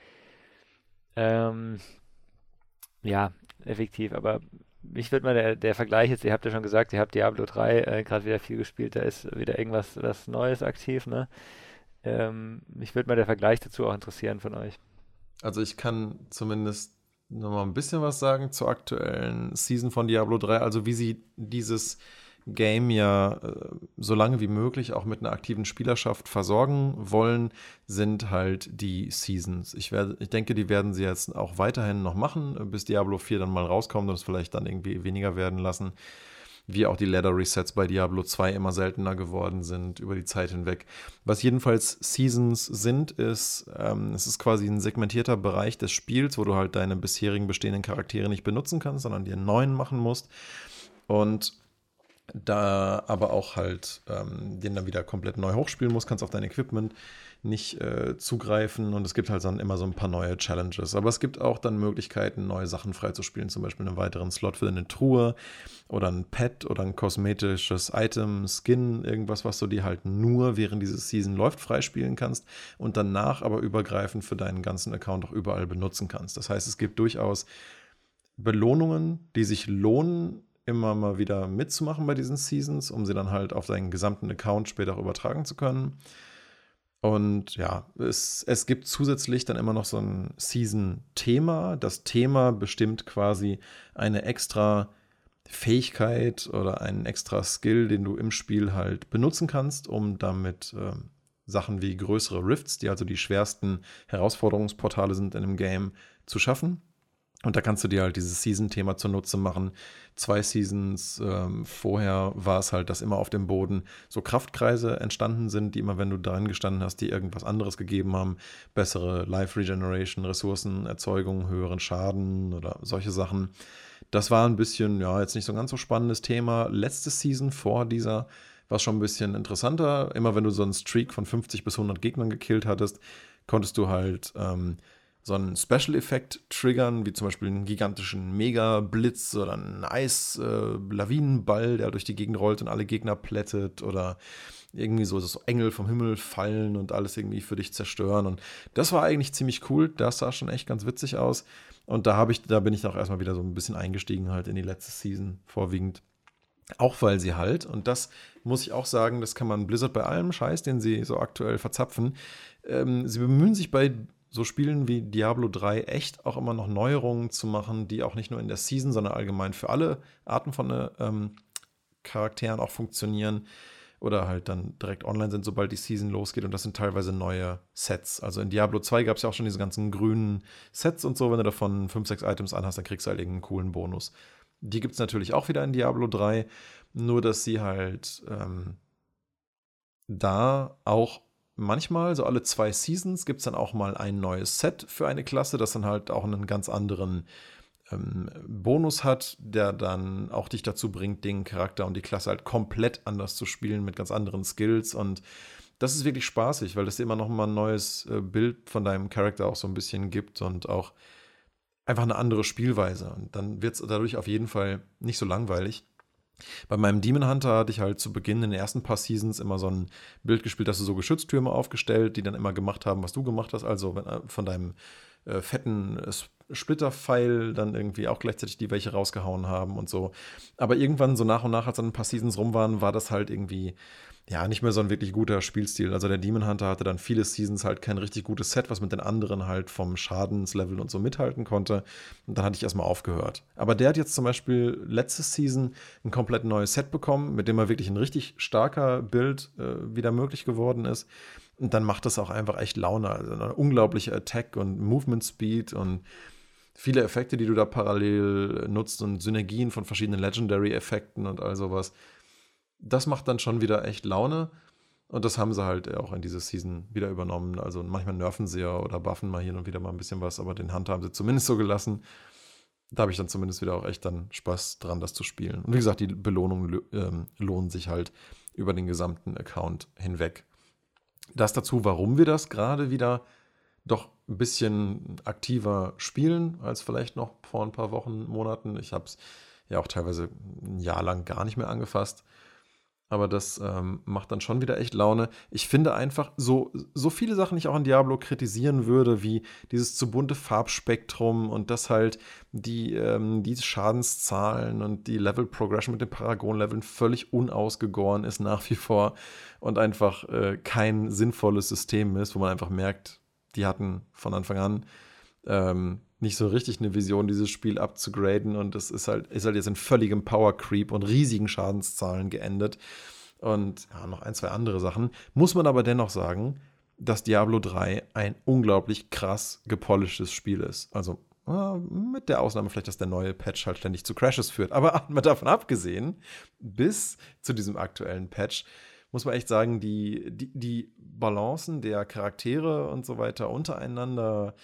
Ähm, ja, effektiv, aber mich wird mal der Vergleich jetzt, ihr habt ja schon gesagt, ihr habt Diablo 3 gerade wieder viel gespielt, da ist wieder irgendwas was Neues aktiv, ne? Mich würde mal der Vergleich dazu auch interessieren von euch. Also ich kann zumindest noch mal ein bisschen was sagen zur aktuellen Season von Diablo 3, also wie sie dieses Game ja so lange wie möglich auch mit einer aktiven Spielerschaft versorgen wollen, sind halt die Seasons. Ich denke, die werden sie jetzt auch weiterhin noch machen, bis Diablo 4 dann mal rauskommt und es vielleicht dann irgendwie weniger werden lassen. Wie auch die Ladder Resets bei Diablo 2 immer seltener geworden sind über die Zeit hinweg. Was jedenfalls Seasons sind, ist, es ist quasi ein segmentierter Bereich des Spiels, wo du halt deine bisherigen bestehenden Charaktere nicht benutzen kannst, sondern dir einen neuen machen musst. Und da aber auch halt den dann wieder komplett neu hochspielen musst, kannst auf dein Equipment nicht zugreifen und es gibt halt dann immer so ein paar neue Challenges. Aber es gibt auch dann Möglichkeiten, neue Sachen freizuspielen, zum Beispiel einen weiteren Slot für eine Truhe oder ein Pet oder ein kosmetisches Item, Skin, irgendwas, was du dir halt nur während dieses Season läuft, freispielen kannst und danach aber übergreifend für deinen ganzen Account auch überall benutzen kannst. Das heißt, es gibt durchaus Belohnungen, die sich lohnen, immer mal wieder mitzumachen bei diesen Seasons, um sie dann halt auf deinen gesamten Account später auch übertragen zu können. Und ja, es gibt zusätzlich dann immer noch so ein Season-Thema. Das Thema bestimmt quasi eine extra Fähigkeit oder einen extra Skill, den du im Spiel halt benutzen kannst, um damit Sachen wie größere Rifts, die also die schwersten Herausforderungsportale sind in einem Game, zu schaffen. Und da kannst du dir halt dieses Season-Thema zunutze machen. 2 Seasons vorher war es halt, dass immer auf dem Boden so Kraftkreise entstanden sind, die immer, wenn du dran gestanden hast, die irgendwas anderes gegeben haben. Bessere Life Regeneration, Ressourcenerzeugung, höheren Schaden oder solche Sachen. Das war ein bisschen, ja, jetzt nicht so ein ganz so spannendes Thema. Letzte Season vor dieser war es schon ein bisschen interessanter. Immer wenn du so einen Streak von 50 bis 100 Gegnern gekillt hattest, konntest du halt so einen Special-Effekt triggern, wie zum Beispiel einen gigantischen Mega-Blitz oder einen Eis-Lawinenball, der durch die Gegend rollt und alle Gegner plättet oder irgendwie so, dass so Engel vom Himmel fallen und alles irgendwie für dich zerstören. Und das war eigentlich ziemlich cool. Das sah schon echt ganz witzig aus. Und da bin ich auch erstmal wieder so ein bisschen eingestiegen halt in die letzte Season vorwiegend. Auch weil sie halt, und das muss ich auch sagen, das kann man Blizzard bei allem Scheiß, den sie so aktuell verzapfen, sie bemühen sich bei so Spielen wie Diablo 3 echt auch immer noch Neuerungen zu machen, die auch nicht nur in der Season, sondern allgemein für alle Arten von Charakteren auch funktionieren oder halt dann direkt online sind, sobald die Season losgeht. Und das sind teilweise neue Sets. Also in Diablo 2 gab es ja auch schon diese ganzen grünen Sets und so. Wenn du davon 5, 6 Items anhast, dann kriegst du halt irgendeinen coolen Bonus. Die gibt es natürlich auch wieder in Diablo 3, nur dass sie halt da auch manchmal, so alle 2 Seasons, gibt es dann auch mal ein neues Set für eine Klasse, das dann halt auch einen ganz anderen Bonus hat, der dann auch dich dazu bringt, den Charakter und die Klasse halt komplett anders zu spielen mit ganz anderen Skills. Und das ist wirklich spaßig, weil das dir immer noch mal ein neues Bild von deinem Charakter auch so ein bisschen gibt und auch einfach eine andere Spielweise. Und dann wird es dadurch auf jeden Fall nicht so langweilig. Bei meinem Demon Hunter hatte ich halt zu Beginn in den ersten paar Seasons immer so ein Bild gespielt, dass du so Geschütztürme aufgestellt, die dann immer gemacht haben, was du gemacht hast. Also von deinem fetten Splitterpfeil dann irgendwie auch gleichzeitig die welche rausgehauen haben und so. Aber irgendwann so nach und nach, als dann ein paar Seasons rum waren, war das halt irgendwie ja nicht mehr so ein wirklich guter Spielstil. Also der Demon Hunter hatte dann viele Seasons halt kein richtig gutes Set, was mit den anderen halt vom Schadenslevel und so mithalten konnte. Und dann hatte ich erstmal aufgehört. Aber der hat jetzt zum Beispiel letzte Season ein komplett neues Set bekommen, mit dem er wirklich ein richtig starker Build wieder möglich geworden ist. Und dann macht das auch einfach echt Laune. Also eine unglaubliche Attack und Movement Speed und viele Effekte, die du da parallel nutzt und Synergien von verschiedenen Legendary-Effekten und all sowas. Das macht dann schon wieder echt Laune. Und das haben sie halt auch in dieser Season wieder übernommen. Also manchmal nerven sie ja oder buffen mal hier und wieder mal ein bisschen was, aber den Hunter haben sie zumindest so gelassen. Da habe ich dann zumindest wieder auch echt dann Spaß dran, das zu spielen. Und wie gesagt, die Belohnungen lohnen sich halt über den gesamten Account hinweg. Das dazu, warum wir das gerade wieder doch ein bisschen aktiver spielen als vielleicht noch vor ein paar Wochen, Monaten. Ich habe es ja auch teilweise ein Jahr lang gar nicht mehr angefasst. Aber das macht dann schon wieder echt Laune. Ich finde einfach, so viele Sachen ich auch an Diablo kritisieren würde, wie dieses zu bunte Farbspektrum und dass halt die Schadenszahlen und die Level-Progression mit den Paragon-Leveln völlig unausgegoren ist nach wie vor und einfach kein sinnvolles System ist, wo man einfach merkt, die hatten von Anfang an nicht so richtig eine Vision, dieses Spiel abzugraden und es ist halt jetzt in völligem Power Creep und riesigen Schadenszahlen geendet und ja, noch ein, zwei andere Sachen. Muss man aber dennoch sagen, dass Diablo 3 ein unglaublich krass gepolischtes Spiel ist. Also mit der Ausnahme vielleicht, dass der neue Patch halt ständig zu Crashes führt. Aber mal davon abgesehen, bis zu diesem aktuellen Patch muss man echt sagen, die Balancen der Charaktere und so weiter untereinander,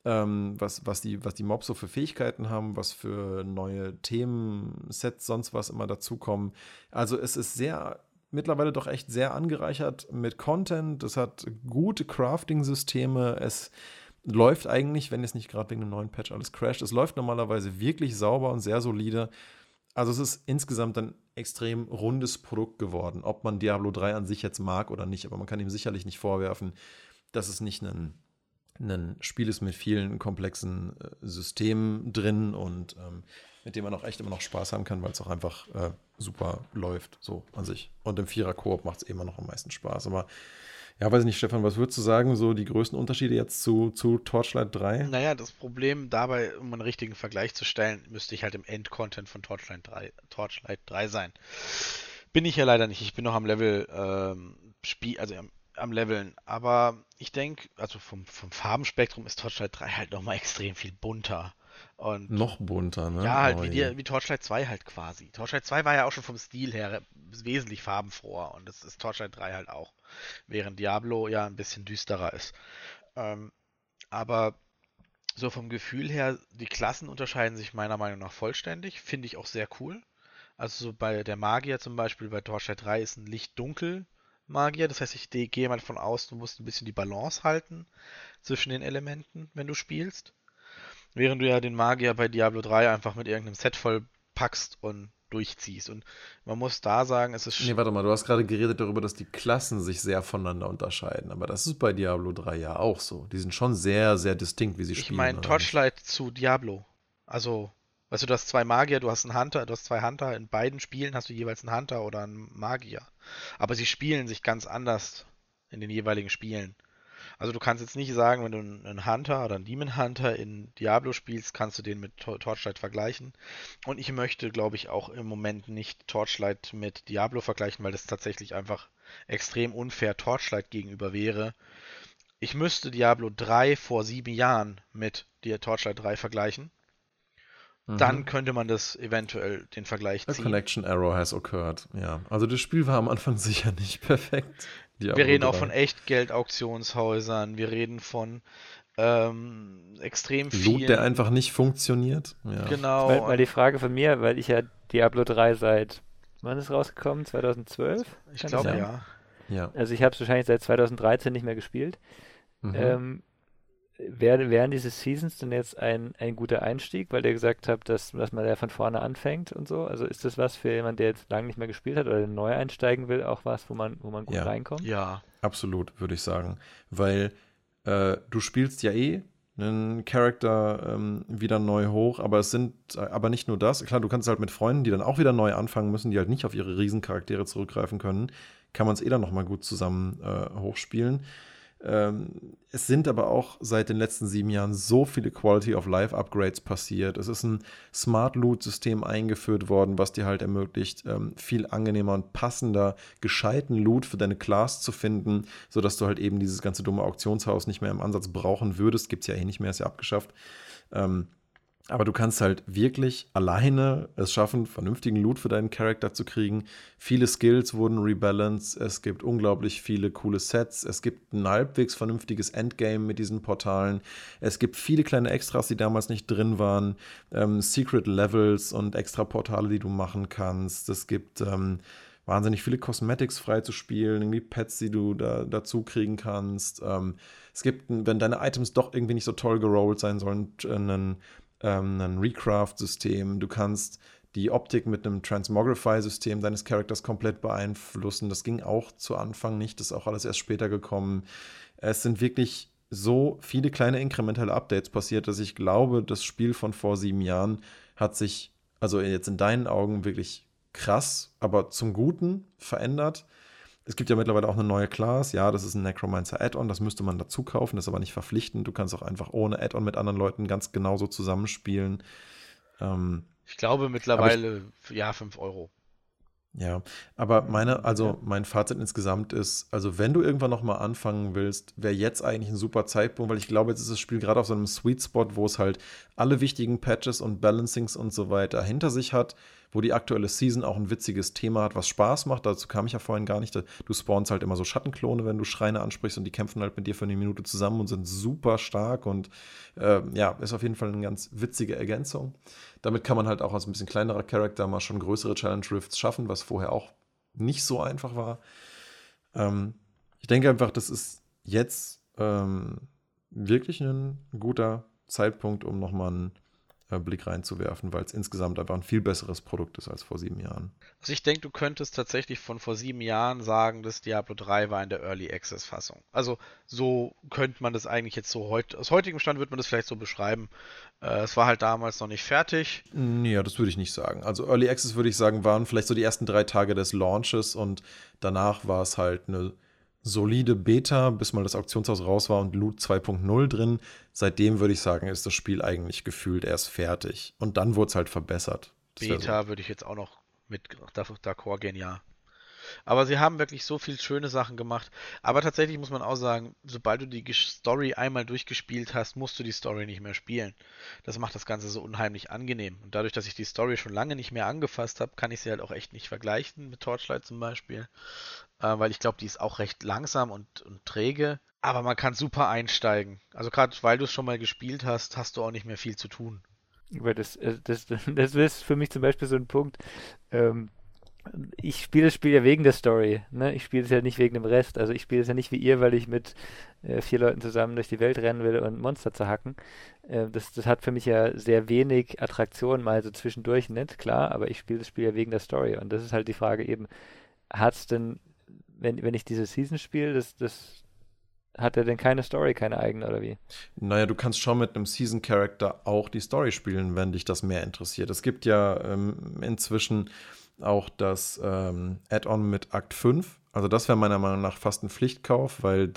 was die Mobs so für Fähigkeiten haben, was für neue Themensets, sonst was immer dazukommen. Also es ist mittlerweile doch echt sehr angereichert mit Content. Es hat gute Crafting-Systeme. Es läuft eigentlich, wenn es nicht gerade wegen einem neuen Patch alles crasht, es läuft normalerweise wirklich sauber und sehr solide. Also es ist insgesamt ein extrem rundes Produkt geworden, ob man Diablo 3 an sich jetzt mag oder nicht. Aber man kann ihm sicherlich nicht vorwerfen, dass es nicht ein Spiel ist mit vielen komplexen Systemen drin und mit dem man auch echt immer noch Spaß haben kann, weil es auch einfach super läuft, so an sich. Und im Vierer-Koop macht es immer noch am meisten Spaß. Aber ja, weiß ich nicht, Stefan, was würdest du sagen, so die größten Unterschiede jetzt zu Torchlight 3? Naja, das Problem dabei, um einen richtigen Vergleich zu stellen, müsste ich halt im Endcontent von Torchlight 3 sein. Bin ich ja leider nicht. Ich bin noch am Level am Leveln. Aber ich denke, also vom Farbenspektrum ist Torchlight 3 halt nochmal extrem viel bunter. Und Noch bunter, ne? ja, halt Oh, wie Torchlight 2 halt quasi. Torchlight 2 war ja auch schon vom Stil her wesentlich farbenfroher und das ist Torchlight 3 halt auch. Während Diablo ja ein bisschen düsterer ist. Aber so vom Gefühl her, die Klassen unterscheiden sich meiner Meinung nach vollständig. Finde ich auch sehr cool. Also so bei der Magier zum Beispiel, bei Torchlight 3 ist ein Licht-Dunkel-Magier. Das heißt, ich gehe mal von aus, du musst ein bisschen die Balance halten zwischen den Elementen, wenn du spielst. Während du ja den Magier bei Diablo 3 einfach mit irgendeinem Set vollpackst und durchziehst. Und man muss da sagen, es ist... Nee, warte mal, du hast gerade geredet darüber, dass die Klassen sich sehr voneinander unterscheiden. Aber das ist bei Diablo 3 ja auch so. Die sind schon sehr, sehr distinkt, wie sie spielen. Ich meine Torchlight zu Diablo. Also, weißt du, du hast zwei Magier, du hast einen Hunter, du hast zwei Hunter. In beiden Spielen hast du jeweils einen Hunter oder einen Magier. Aber sie spielen sich ganz anders in den jeweiligen Spielen. Also du kannst jetzt nicht sagen, wenn du einen Hunter oder einen Demon Hunter in Diablo spielst, kannst du den mit Torchlight vergleichen. Und ich möchte, glaube ich, auch im Moment nicht Torchlight mit Diablo vergleichen, weil das tatsächlich einfach extrem unfair Torchlight gegenüber wäre. Ich müsste Diablo 3 vor 7 Jahren mit der Torchlight 3 vergleichen. Dann könnte man das eventuell den Vergleich A ziehen. connection error has occurred. Ja, also das Spiel war am Anfang sicher nicht perfekt. Wir reden auch von Echtgeld-Auktionshäusern, wir reden von extrem Loot, der viel. einfach nicht funktioniert. Ja. Genau. Mal die Frage von mir, weil ich ja Diablo 3 wann ist es rausgekommen? 2012? Ich Kann das glaube Ja. sein? ja. Ja. Also ich habe es wahrscheinlich seit 2013 nicht mehr gespielt. Mhm. Ähm, wären diese Seasons denn jetzt ein guter Einstieg, weil ihr gesagt habt, dass man ja von vorne anfängt und so? Also ist das was für jemanden, der jetzt lange nicht mehr gespielt hat oder neu einsteigen will, auch was, wo man gut Ja. reinkommt? Ja. Absolut, würde ich sagen. Weil du spielst ja einen Charakter wieder neu hoch, aber es sind aber nicht nur das. Klar, du kannst halt mit Freunden, die dann auch wieder neu anfangen müssen, die halt nicht auf ihre Riesencharaktere zurückgreifen können, kann man es dann nochmal gut zusammen hochspielen. Es sind aber auch seit den letzten 7 Jahren so viele Quality-of-Life-Upgrades passiert. Es ist ein Smart-Loot-System eingeführt worden, was dir halt ermöglicht, viel angenehmer und passender, gescheiten Loot für deine Class zu finden, sodass du halt eben dieses ganze dumme Auktionshaus nicht mehr im Ansatz brauchen würdest. Gibt es ja eh nicht mehr, ist ja abgeschafft. Aber du kannst halt wirklich alleine es schaffen, vernünftigen Loot für deinen Charakter zu kriegen. Viele Skills wurden rebalanced. Es gibt unglaublich viele coole Sets. Es gibt ein halbwegs vernünftiges Endgame mit diesen Portalen. Es gibt viele kleine Extras, die damals nicht drin waren. Secret Levels und extra Portale, die du machen kannst. Es gibt wahnsinnig viele Cosmetics frei zu spielen, irgendwie Pets, die du dazu kriegen kannst. Es gibt, wenn deine Items doch irgendwie nicht so toll gerollt sein sollen, ein Recraft-System. Du kannst die Optik mit einem Transmogrify-System deines Charakters komplett beeinflussen. Das ging auch zu Anfang nicht, das ist auch alles erst später gekommen. Es sind wirklich so viele kleine inkrementelle Updates passiert, dass ich glaube, das Spiel von vor 7 Jahren hat sich, also jetzt in deinen Augen, wirklich krass, aber zum Guten verändert. Es gibt ja mittlerweile auch eine neue Class. Ja, das ist ein Necromancer Add-on. Das müsste man dazu kaufen. Das ist aber nicht verpflichtend. Du kannst auch einfach ohne Add-on mit anderen Leuten ganz genauso zusammenspielen. Ich glaube Aber ich, mittlerweile, ja, 5 Euro. ja, aber Ja. mein Fazit insgesamt ist, also wenn du irgendwann nochmal anfangen willst, wäre jetzt eigentlich ein super Zeitpunkt, weil ich glaube, jetzt ist das Spiel gerade auf so einem Sweet Spot, wo es halt alle wichtigen Patches und Balancings und so weiter hinter sich hat, wo die aktuelle Season auch ein witziges Thema hat, was Spaß macht. Dazu kam ich ja vorhin gar nicht. Du spawnst halt immer so Schattenklone, wenn du Schreine ansprichst und die kämpfen halt mit dir für eine Minute zusammen und sind super stark und ja, ist auf jeden Fall eine ganz witzige Ergänzung. Damit kann man halt auch als ein bisschen kleinerer Charakter mal schon größere Challenge Rifts schaffen, was vorher auch nicht so einfach war. Ich denke einfach, das ist jetzt wirklich ein guter Zeitpunkt, um nochmal einen Blick reinzuwerfen, weil es insgesamt einfach ein viel besseres Produkt ist als vor 7 Jahren. Also ich denke, du könntest tatsächlich von vor 7 Jahren sagen, dass Diablo 3 war in der Early Access Fassung. Also so könnte man das eigentlich jetzt so aus heutigem Stand würde man das vielleicht so beschreiben. Es war halt damals noch nicht fertig. Ja, das würde ich nicht sagen. Also Early Access würde ich sagen, waren vielleicht so die ersten 3 Tage des Launches und danach war es halt eine solide Beta, bis mal das Auktionshaus raus war und Loot 2.0 drin. Seitdem würde ich sagen, ist das Spiel eigentlich gefühlt erst fertig. Und dann wurde es halt verbessert. Das wäre so. Beta würde ich jetzt auch noch mit d'accord gehen, ja. Aber sie haben wirklich so viel schöne Sachen gemacht. Aber tatsächlich muss man auch sagen, sobald du die Story einmal durchgespielt hast, musst du die Story nicht mehr spielen. Das macht das Ganze so unheimlich angenehm. Und dadurch, dass ich die Story schon lange nicht mehr angefasst habe, kann ich sie halt auch echt nicht vergleichen mit Torchlight zum Beispiel. Weil ich glaube, die ist auch recht langsam und träge. Aber man kann super einsteigen. Also gerade weil du es schon mal gespielt hast, hast du auch nicht mehr viel zu tun. Weil das ist für mich zum Beispiel so ein Punkt. Ähm, Ich spiele das Spiel ja wegen der Story. Ne? Ich spiele es ja nicht wegen dem Rest. Also ich spiele es ja nicht wie ihr, weil ich mit 4 Leuten zusammen durch die Welt rennen will und Monster zerhacken. Das hat für mich ja sehr wenig Attraktion mal so zwischendurch, nicht klar, aber ich spiele das Spiel ja wegen der Story. Und das ist halt die Frage eben, hat es denn, wenn ich diese Season spiele, das hat er denn keine Story, keine eigene oder wie? Naja, du kannst schon mit einem Season-Character auch die Story spielen, wenn dich das mehr interessiert. Es gibt ja inzwischen auch das Add-on mit Akt 5. Also das wäre meiner Meinung nach fast ein Pflichtkauf, weil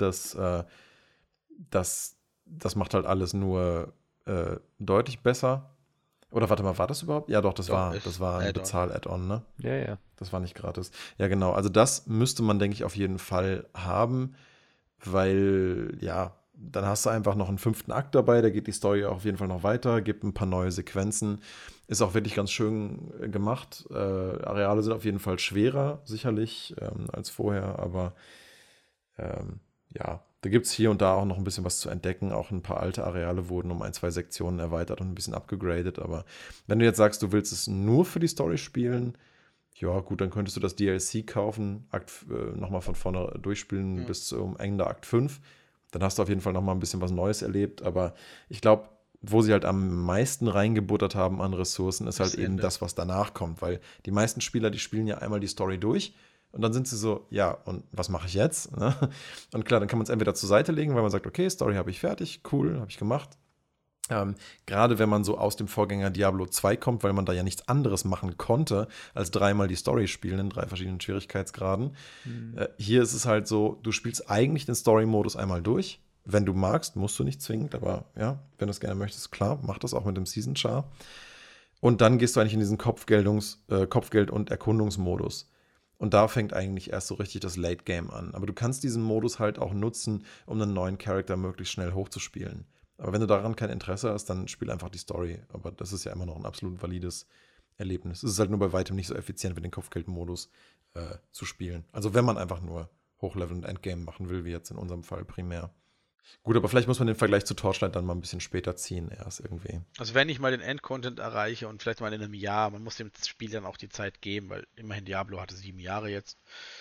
das macht halt alles nur deutlich besser. Oder warte mal, war das überhaupt? Ja, doch, das Doch, war ist ein Add-on. Bezahl-Add-on, ne? Ja, ja. Das war nicht gratis. Ja, genau. Also das müsste man, denke ich, auf jeden Fall haben, weil, ja, dann hast du einfach noch einen 5. Akt dabei, da geht die Story auch auf jeden Fall noch weiter, gibt ein paar neue Sequenzen. Ist auch wirklich ganz schön gemacht. Areale sind auf jeden Fall schwerer, sicherlich, als vorher, aber ja, Da gibt es hier und da auch noch ein bisschen was zu entdecken. Auch ein paar alte Areale wurden um 1, 2 Sektionen erweitert und ein bisschen abgegradet. Aber wenn du jetzt sagst, du willst es nur für die Story spielen, ja gut, dann könntest du das DLC kaufen, nochmal von vorne durchspielen bis zum Ende Akt 5. Dann hast du auf jeden Fall nochmal ein bisschen was Neues erlebt. Aber ich glaube, wo sie halt am meisten reingebuttert haben an Ressourcen, ist halt eben das, was danach kommt. Weil die meisten Spieler, die spielen ja einmal die Story durch und dann sind sie so, ja, und was mache ich jetzt? Ne? Und klar, dann kann man es entweder zur Seite legen, weil man sagt, okay, Story habe ich fertig, cool, habe ich gemacht. Gerade wenn man so aus dem Vorgänger Diablo 2 kommt, weil man da ja nichts anderes machen konnte, als dreimal die Story spielen in 3 verschiedenen Schwierigkeitsgraden. Hier ist es halt so, du spielst eigentlich den Story-Modus einmal durch. Wenn du magst, musst du nicht zwingend, aber ja, wenn du es gerne möchtest, klar, mach das auch mit dem Season Char. Und dann gehst du eigentlich in diesen Kopfgeld- und Erkundungsmodus. Und da fängt eigentlich erst so richtig das Late Game an. Aber du kannst diesen Modus halt auch nutzen, um einen neuen Charakter möglichst schnell hochzuspielen. Aber wenn du daran kein Interesse hast, dann spiel einfach die Story. Aber das ist ja immer noch ein absolut valides Erlebnis. Es ist halt nur bei weitem nicht so effizient wie den Kopfgeldmodus zu spielen. Also wenn man einfach nur Hochlevel und Endgame machen will, wie jetzt in unserem Fall primär. Gut, aber vielleicht muss man den Vergleich zu Torchlight dann mal ein bisschen später ziehen erst irgendwie. Also wenn ich mal den Endcontent erreiche und vielleicht mal in einem Jahr, man muss dem Spiel dann auch die Zeit geben, weil immerhin Diablo hatte 7 Jahre jetzt.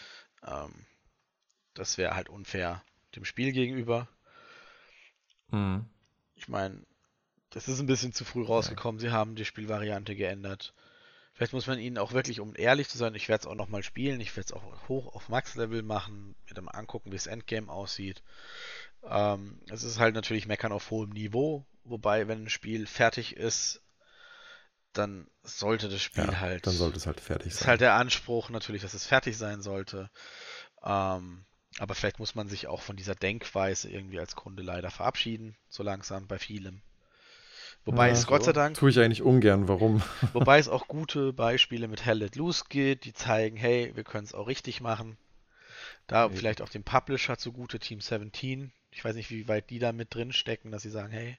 Das wäre halt unfair dem Spiel gegenüber. Ich meine, das ist ein bisschen zu früh rausgekommen. Sie haben die Spielvariante geändert. Vielleicht muss man ihnen auch wirklich, um ehrlich zu sein, ich werde es auch nochmal spielen, ich werde es auch hoch auf Max-Level machen, mir dann mal angucken, wie das Endgame aussieht. Es ist halt natürlich Meckern auf hohem Niveau, wobei, wenn ein Spiel fertig ist, dann sollte das Spiel halt. Dann sollte es halt fertig sein. Ist halt der Anspruch natürlich, dass es fertig sein sollte. Aber vielleicht muss man sich auch von dieser Denkweise irgendwie als Kunde leider verabschieden, so langsam bei vielem. Wobei es Gott sei Dank. Tue ich eigentlich ungern, warum? Wobei es auch gute Beispiele mit Hell Let Loose gibt, die zeigen, hey, wir können es auch richtig machen. Da vielleicht auch dem Publisher zugute, Team 17. Ich weiß nicht, wie weit die da mit drin stecken, dass sie sagen, hey,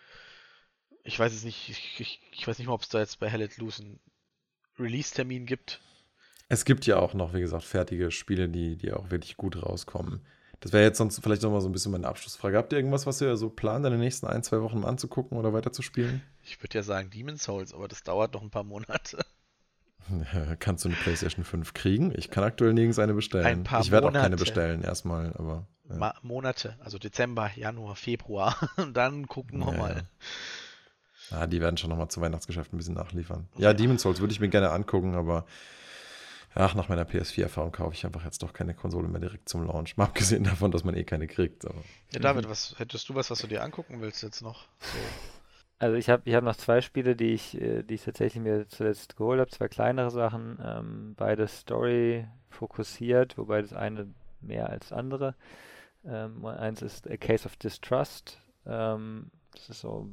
ich weiß es nicht, ich weiß nicht mal, ob es da jetzt bei Hell Let Loose einen Release-Termin gibt. Es gibt ja auch noch, wie gesagt, fertige Spiele, die auch wirklich gut rauskommen. Das wäre jetzt sonst vielleicht nochmal so ein bisschen meine Abschlussfrage. Habt ihr irgendwas, was ihr so plant, in den nächsten 1, 2 Wochen anzugucken oder weiterzuspielen? Ich würde ja sagen Demon's Souls, aber das dauert noch ein paar Monate. Kannst du eine PlayStation 5 kriegen? Ich kann aktuell nirgends eine bestellen. Ich werde auch keine bestellen erstmal, aber. Ja. Monate, also Dezember, Januar, Februar. Und dann gucken wir mal. Die werden schon nochmal zu Weihnachtsgeschäft ein bisschen nachliefern. Ja, Demon's Souls würde ich mir gerne angucken, aber nach meiner PS4-Erfahrung kaufe ich einfach jetzt doch keine Konsole mehr direkt zum Launch. Mal abgesehen davon, dass man keine kriegt. Aber. Ja, David, hättest du was du dir angucken willst jetzt noch? So. Also ich hab noch 2 Spiele, die ich tatsächlich mir zuletzt geholt habe, 2 kleinere Sachen, beide Story fokussiert, wobei das eine mehr als andere. Eins ist A Case of Distrust. Das ist so,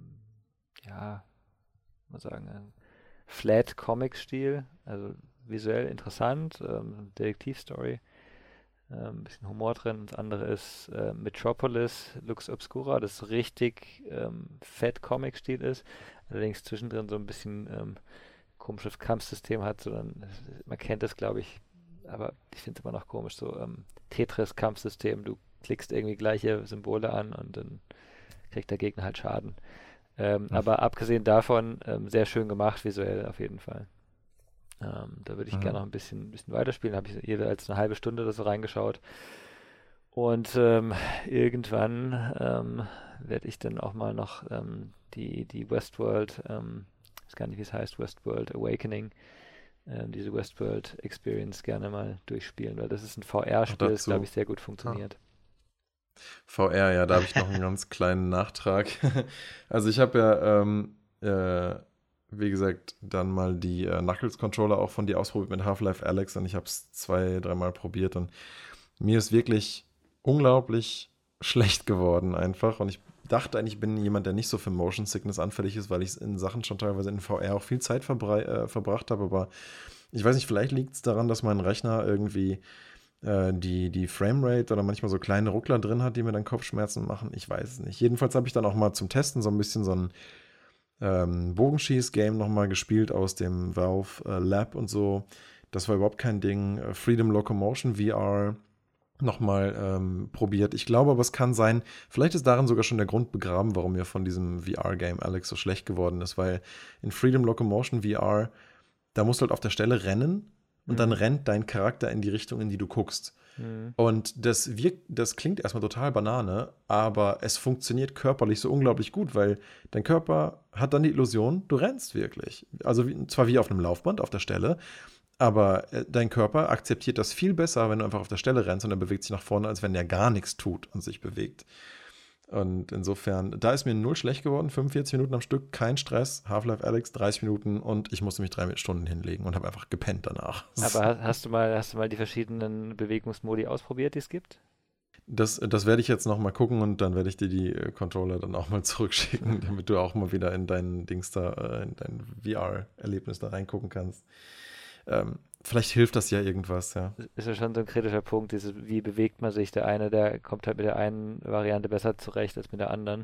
ja, mal sagen, ein Flat Comic-Stil, also visuell interessant, Detektivstory, ein bisschen Humor drin. Das andere ist Metropolis Lux Obscura, das richtig fett Comic-Stil ist, allerdings zwischendrin so ein bisschen komisches Kampfsystem hat, sondern man kennt das, glaube ich, aber ich finde es immer noch komisch, so Tetris-Kampfsystem, du klickst irgendwie gleiche Symbole an und dann kriegt der Gegner halt Schaden. Aber abgesehen davon, sehr schön gemacht, visuell auf jeden Fall. Da würde ich gerne noch ein bisschen weiterspielen. Habe ich jeweils eine halbe Stunde oder so reingeschaut. Und irgendwann werde ich dann auch mal noch die Westworld, ich weiß gar nicht, wie es heißt, Westworld Awakening, diese Westworld Experience gerne mal durchspielen, weil das ist ein VR-Spiel, das, glaube ich, sehr gut funktioniert. VR, ja, da habe ich noch einen ganz kleinen Nachtrag. Also ich habe ja, wie gesagt, dann mal die Knuckles-Controller auch von dir ausprobiert mit Half-Life Alyx und ich habe es 2, 3 Mal probiert und mir ist wirklich unglaublich schlecht geworden einfach und ich dachte eigentlich, ich bin jemand, der nicht so für Motion Sickness anfällig ist, weil ich in Sachen schon teilweise in VR auch viel Zeit verbracht habe, aber ich weiß nicht, vielleicht liegt es daran, dass mein Rechner irgendwie die Framerate oder manchmal so kleine Ruckler drin hat, die mir dann Kopfschmerzen machen. Ich weiß es nicht. Jedenfalls habe ich dann auch mal zum Testen so ein bisschen so ein Bogenschieß-Game nochmal gespielt aus dem Valve Lab und so. Das war überhaupt kein Ding. Freedom Locomotion VR nochmal probiert. Ich glaube aber, es kann sein, vielleicht ist darin sogar schon der Grund begraben, warum mir von diesem VR-Game Alex so schlecht geworden ist, weil in Freedom Locomotion VR, da musst du halt auf der Stelle rennen und dann rennt dein Charakter in die Richtung, in die du guckst. Und das klingt erstmal total Banane, aber es funktioniert körperlich so unglaublich gut, weil dein Körper hat dann die Illusion, du rennst wirklich. Also zwar wie auf einem Laufband auf der Stelle, aber dein Körper akzeptiert das viel besser, wenn du einfach auf der Stelle rennst und er bewegt sich nach vorne, als wenn der gar nichts tut und sich bewegt. Und insofern, da ist mir null schlecht geworden, 45 Minuten am Stück, kein Stress, Half-Life Alyx, 30 Minuten und ich musste mich 3 Stunden hinlegen und habe einfach gepennt danach. Aber hast du mal die verschiedenen Bewegungsmodi ausprobiert, die es gibt? Das werde ich jetzt noch mal gucken und dann werde ich dir die Controller dann auch mal zurückschicken, damit du auch mal wieder in dein Dings da, in dein VR-Erlebnis da reingucken kannst. Vielleicht hilft das ja irgendwas, ja. Ist ja schon so ein kritischer Punkt, wie bewegt man sich? Der eine, der kommt halt mit der einen Variante besser zurecht als mit der anderen.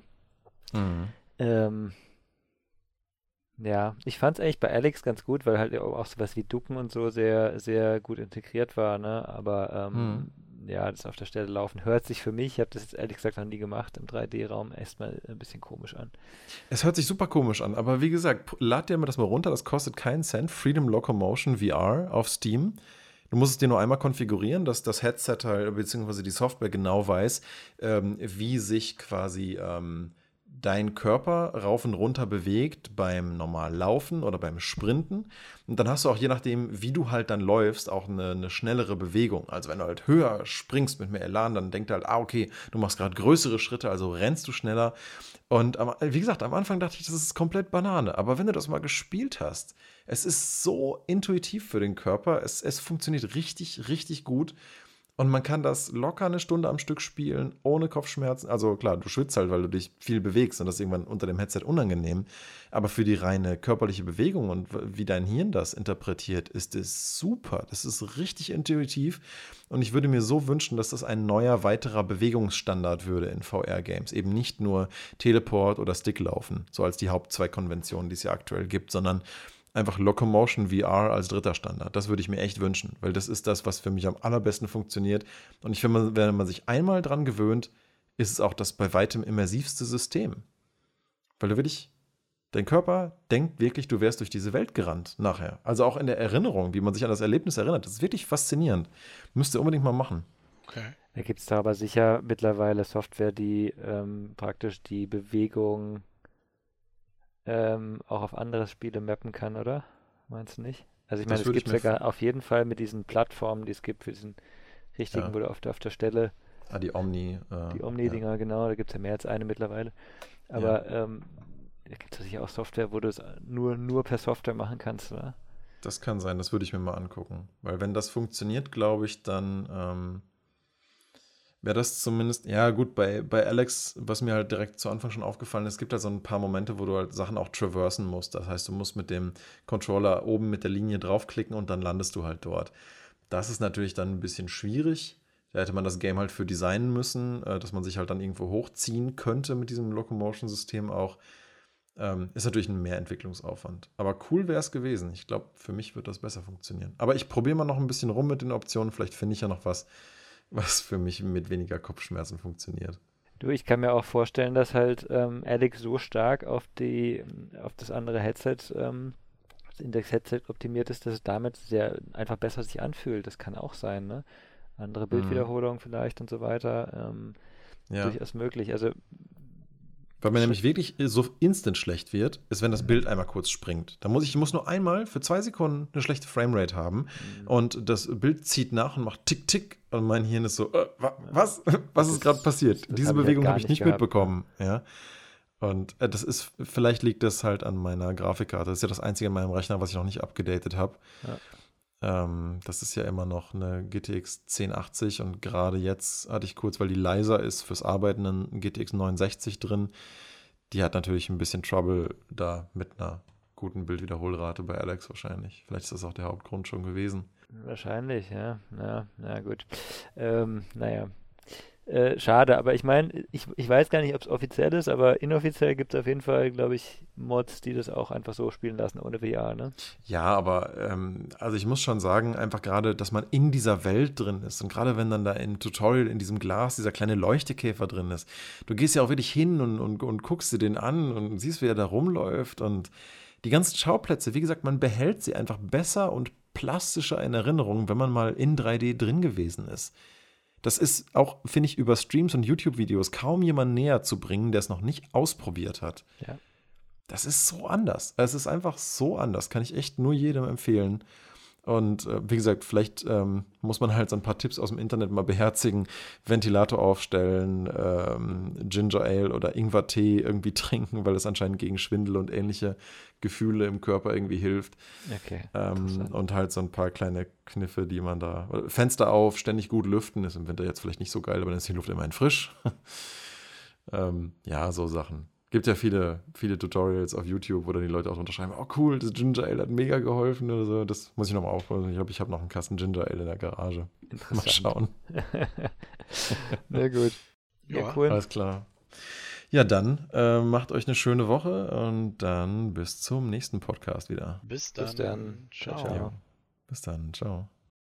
Ja, ich fand es eigentlich bei Alex ganz gut, weil halt auch sowas wie Ducken und so sehr, sehr gut integriert war, ne? Aber ja, das auf der Stelle laufen hört sich für mich, ich habe das jetzt ehrlich gesagt noch nie gemacht, im 3D-Raum erstmal ein bisschen komisch an. Es hört sich super komisch an, aber wie gesagt, lad dir mal das mal runter, das kostet keinen Cent. Freedom Locomotion VR auf Steam. Du musst es dir nur einmal konfigurieren, dass das Headset halt, beziehungsweise die Software genau weiß, wie sich quasi dein Körper rauf und runter bewegt beim normalen Laufen oder beim Sprinten. Und dann hast du auch, je nachdem, wie du halt dann läufst, auch eine schnellere Bewegung. Also wenn du halt höher springst mit mehr Elan, dann denkt er halt, okay, du machst gerade größere Schritte, also rennst du schneller. Und wie gesagt, am Anfang dachte ich, das ist komplett Banane. Aber wenn du das mal gespielt hast, es ist so intuitiv für den Körper. Es funktioniert richtig, richtig gut. Und man kann das locker 1 Stunde am Stück spielen, ohne Kopfschmerzen. Also klar, du schwitzt halt, weil du dich viel bewegst und das ist irgendwann unter dem Headset unangenehm. Aber für die reine körperliche Bewegung und wie dein Hirn das interpretiert, ist es super. Das ist richtig intuitiv. Und ich würde mir so wünschen, dass das ein neuer, weiterer Bewegungsstandard würde in VR-Games. Eben nicht nur Teleport oder Sticklaufen, so als die Haupt 2 Konventionen, die es ja aktuell gibt, sondern einfach Locomotion VR als dritter Standard. Das würde ich mir echt wünschen, weil das ist das, was für mich am allerbesten funktioniert. Und ich finde, wenn man sich einmal dran gewöhnt, ist es auch das bei weitem immersivste System. Weil du wirklich, dein Körper denkt wirklich, du wärst durch diese Welt gerannt nachher. Also auch in der Erinnerung, wie man sich an das Erlebnis erinnert. Das ist wirklich faszinierend. Müsst ihr unbedingt mal machen. Okay. Da gibt es da aber sicher mittlerweile Software, die praktisch die Bewegung auch auf andere Spiele mappen kann, oder? Meinst du nicht? Also ich meine, es gibt sogar auf jeden Fall mit diesen Plattformen, die es gibt für diesen richtigen, wo du auf der Stelle die Omni. Die Omni-Dinger, genau, da gibt es ja mehr als eine mittlerweile. Aber da gibt es sicher auch Software, wo du es nur per Software machen kannst, oder? Das kann sein, das würde ich mir mal angucken. Weil wenn das funktioniert, glaube ich, dann wäre das zumindest, ja gut, bei Alex, was mir halt direkt zu Anfang schon aufgefallen ist, es gibt halt so ein paar Momente, wo du halt Sachen auch traversen musst. Das heißt, du musst mit dem Controller oben mit der Linie draufklicken und dann landest du halt dort. Das ist natürlich dann ein bisschen schwierig. Da hätte man das Game halt für designen müssen, dass man sich halt dann irgendwo hochziehen könnte mit diesem Locomotion-System auch. Ist natürlich ein Mehrentwicklungsaufwand. Aber cool wäre es gewesen. Ich glaube, für mich wird das besser funktionieren. Aber ich probiere mal noch ein bisschen rum mit den Optionen. Vielleicht finde ich ja noch was für mich mit weniger Kopfschmerzen funktioniert. Du, ich kann mir auch vorstellen, dass halt Alex so stark auf das andere Headset, das Index-Headset optimiert ist, dass es damit sehr einfach besser sich anfühlt. Das kann auch sein, ne? Andere Bildwiederholung vielleicht und so weiter. Durchaus möglich. Also weil man nämlich wirklich so instant schlecht wird, ist, wenn das Bild einmal kurz springt. Ich muss nur einmal für 2 Sekunden eine schlechte Framerate haben und das Bild zieht nach und macht Tick, Tick und mein Hirn ist so, was? Was ist gerade passiert? Diese Bewegung habe ich nicht mitbekommen. Ja. Und vielleicht liegt das halt an meiner Grafikkarte. Das ist ja das Einzige an meinem Rechner, was ich noch nicht abgedatet habe. Ja. Das ist ja immer noch eine GTX 1080 und gerade jetzt hatte ich kurz, weil die leiser ist, fürs Arbeiten einen GTX 960 drin. Die hat natürlich ein bisschen Trouble da mit einer guten Bildwiederholrate bei Alex wahrscheinlich. Vielleicht ist das auch der Hauptgrund schon gewesen. Wahrscheinlich, ja. Ja, gut. Naja. Schade, aber ich meine, ich weiß gar nicht, ob es offiziell ist, aber inoffiziell gibt es auf jeden Fall, glaube ich, Mods, die das auch einfach so spielen lassen, ohne VR, ne? Ja, aber also ich muss schon sagen, einfach gerade, dass man in dieser Welt drin ist und gerade wenn dann da im Tutorial in diesem Glas dieser kleine Leuchtekäfer drin ist, du gehst ja auch wirklich hin und guckst dir den an und siehst, wie er da rumläuft und die ganzen Schauplätze, wie gesagt, man behält sie einfach besser und plastischer in Erinnerung, wenn man mal in 3D drin gewesen ist. Das ist auch, finde ich, über Streams und YouTube-Videos kaum jemand näher zu bringen, der es noch nicht ausprobiert hat. Ja. Das ist so anders. Es ist einfach so anders. Kann ich echt nur jedem empfehlen. Und wie gesagt, vielleicht muss man halt so ein paar Tipps aus dem Internet mal beherzigen. Ventilator aufstellen, Ginger Ale oder Ingwertee irgendwie trinken, weil es anscheinend gegen Schwindel und ähnliche Gefühle im Körper irgendwie hilft. Okay. Und halt so ein paar kleine Kniffe, die man da. Fenster auf, ständig gut lüften, ist im Winter jetzt vielleicht nicht so geil, aber dann ist die Luft immerhin frisch. Ja, so Sachen. Gibt ja viele Tutorials auf YouTube, wo dann die Leute auch unterschreiben, oh cool, das Ginger Ale hat mega geholfen oder so. Das muss ich nochmal aufpassen. Ich glaube, ich habe noch einen Kasten Ginger Ale in der Garage. Mal schauen. Na gut. Ja, cool. Alles klar. Ja, dann macht euch eine schöne Woche und dann bis zum nächsten Podcast wieder. Bis dann. Bis dann. Ciao. Ciao. Ja. Bis dann. Ciao.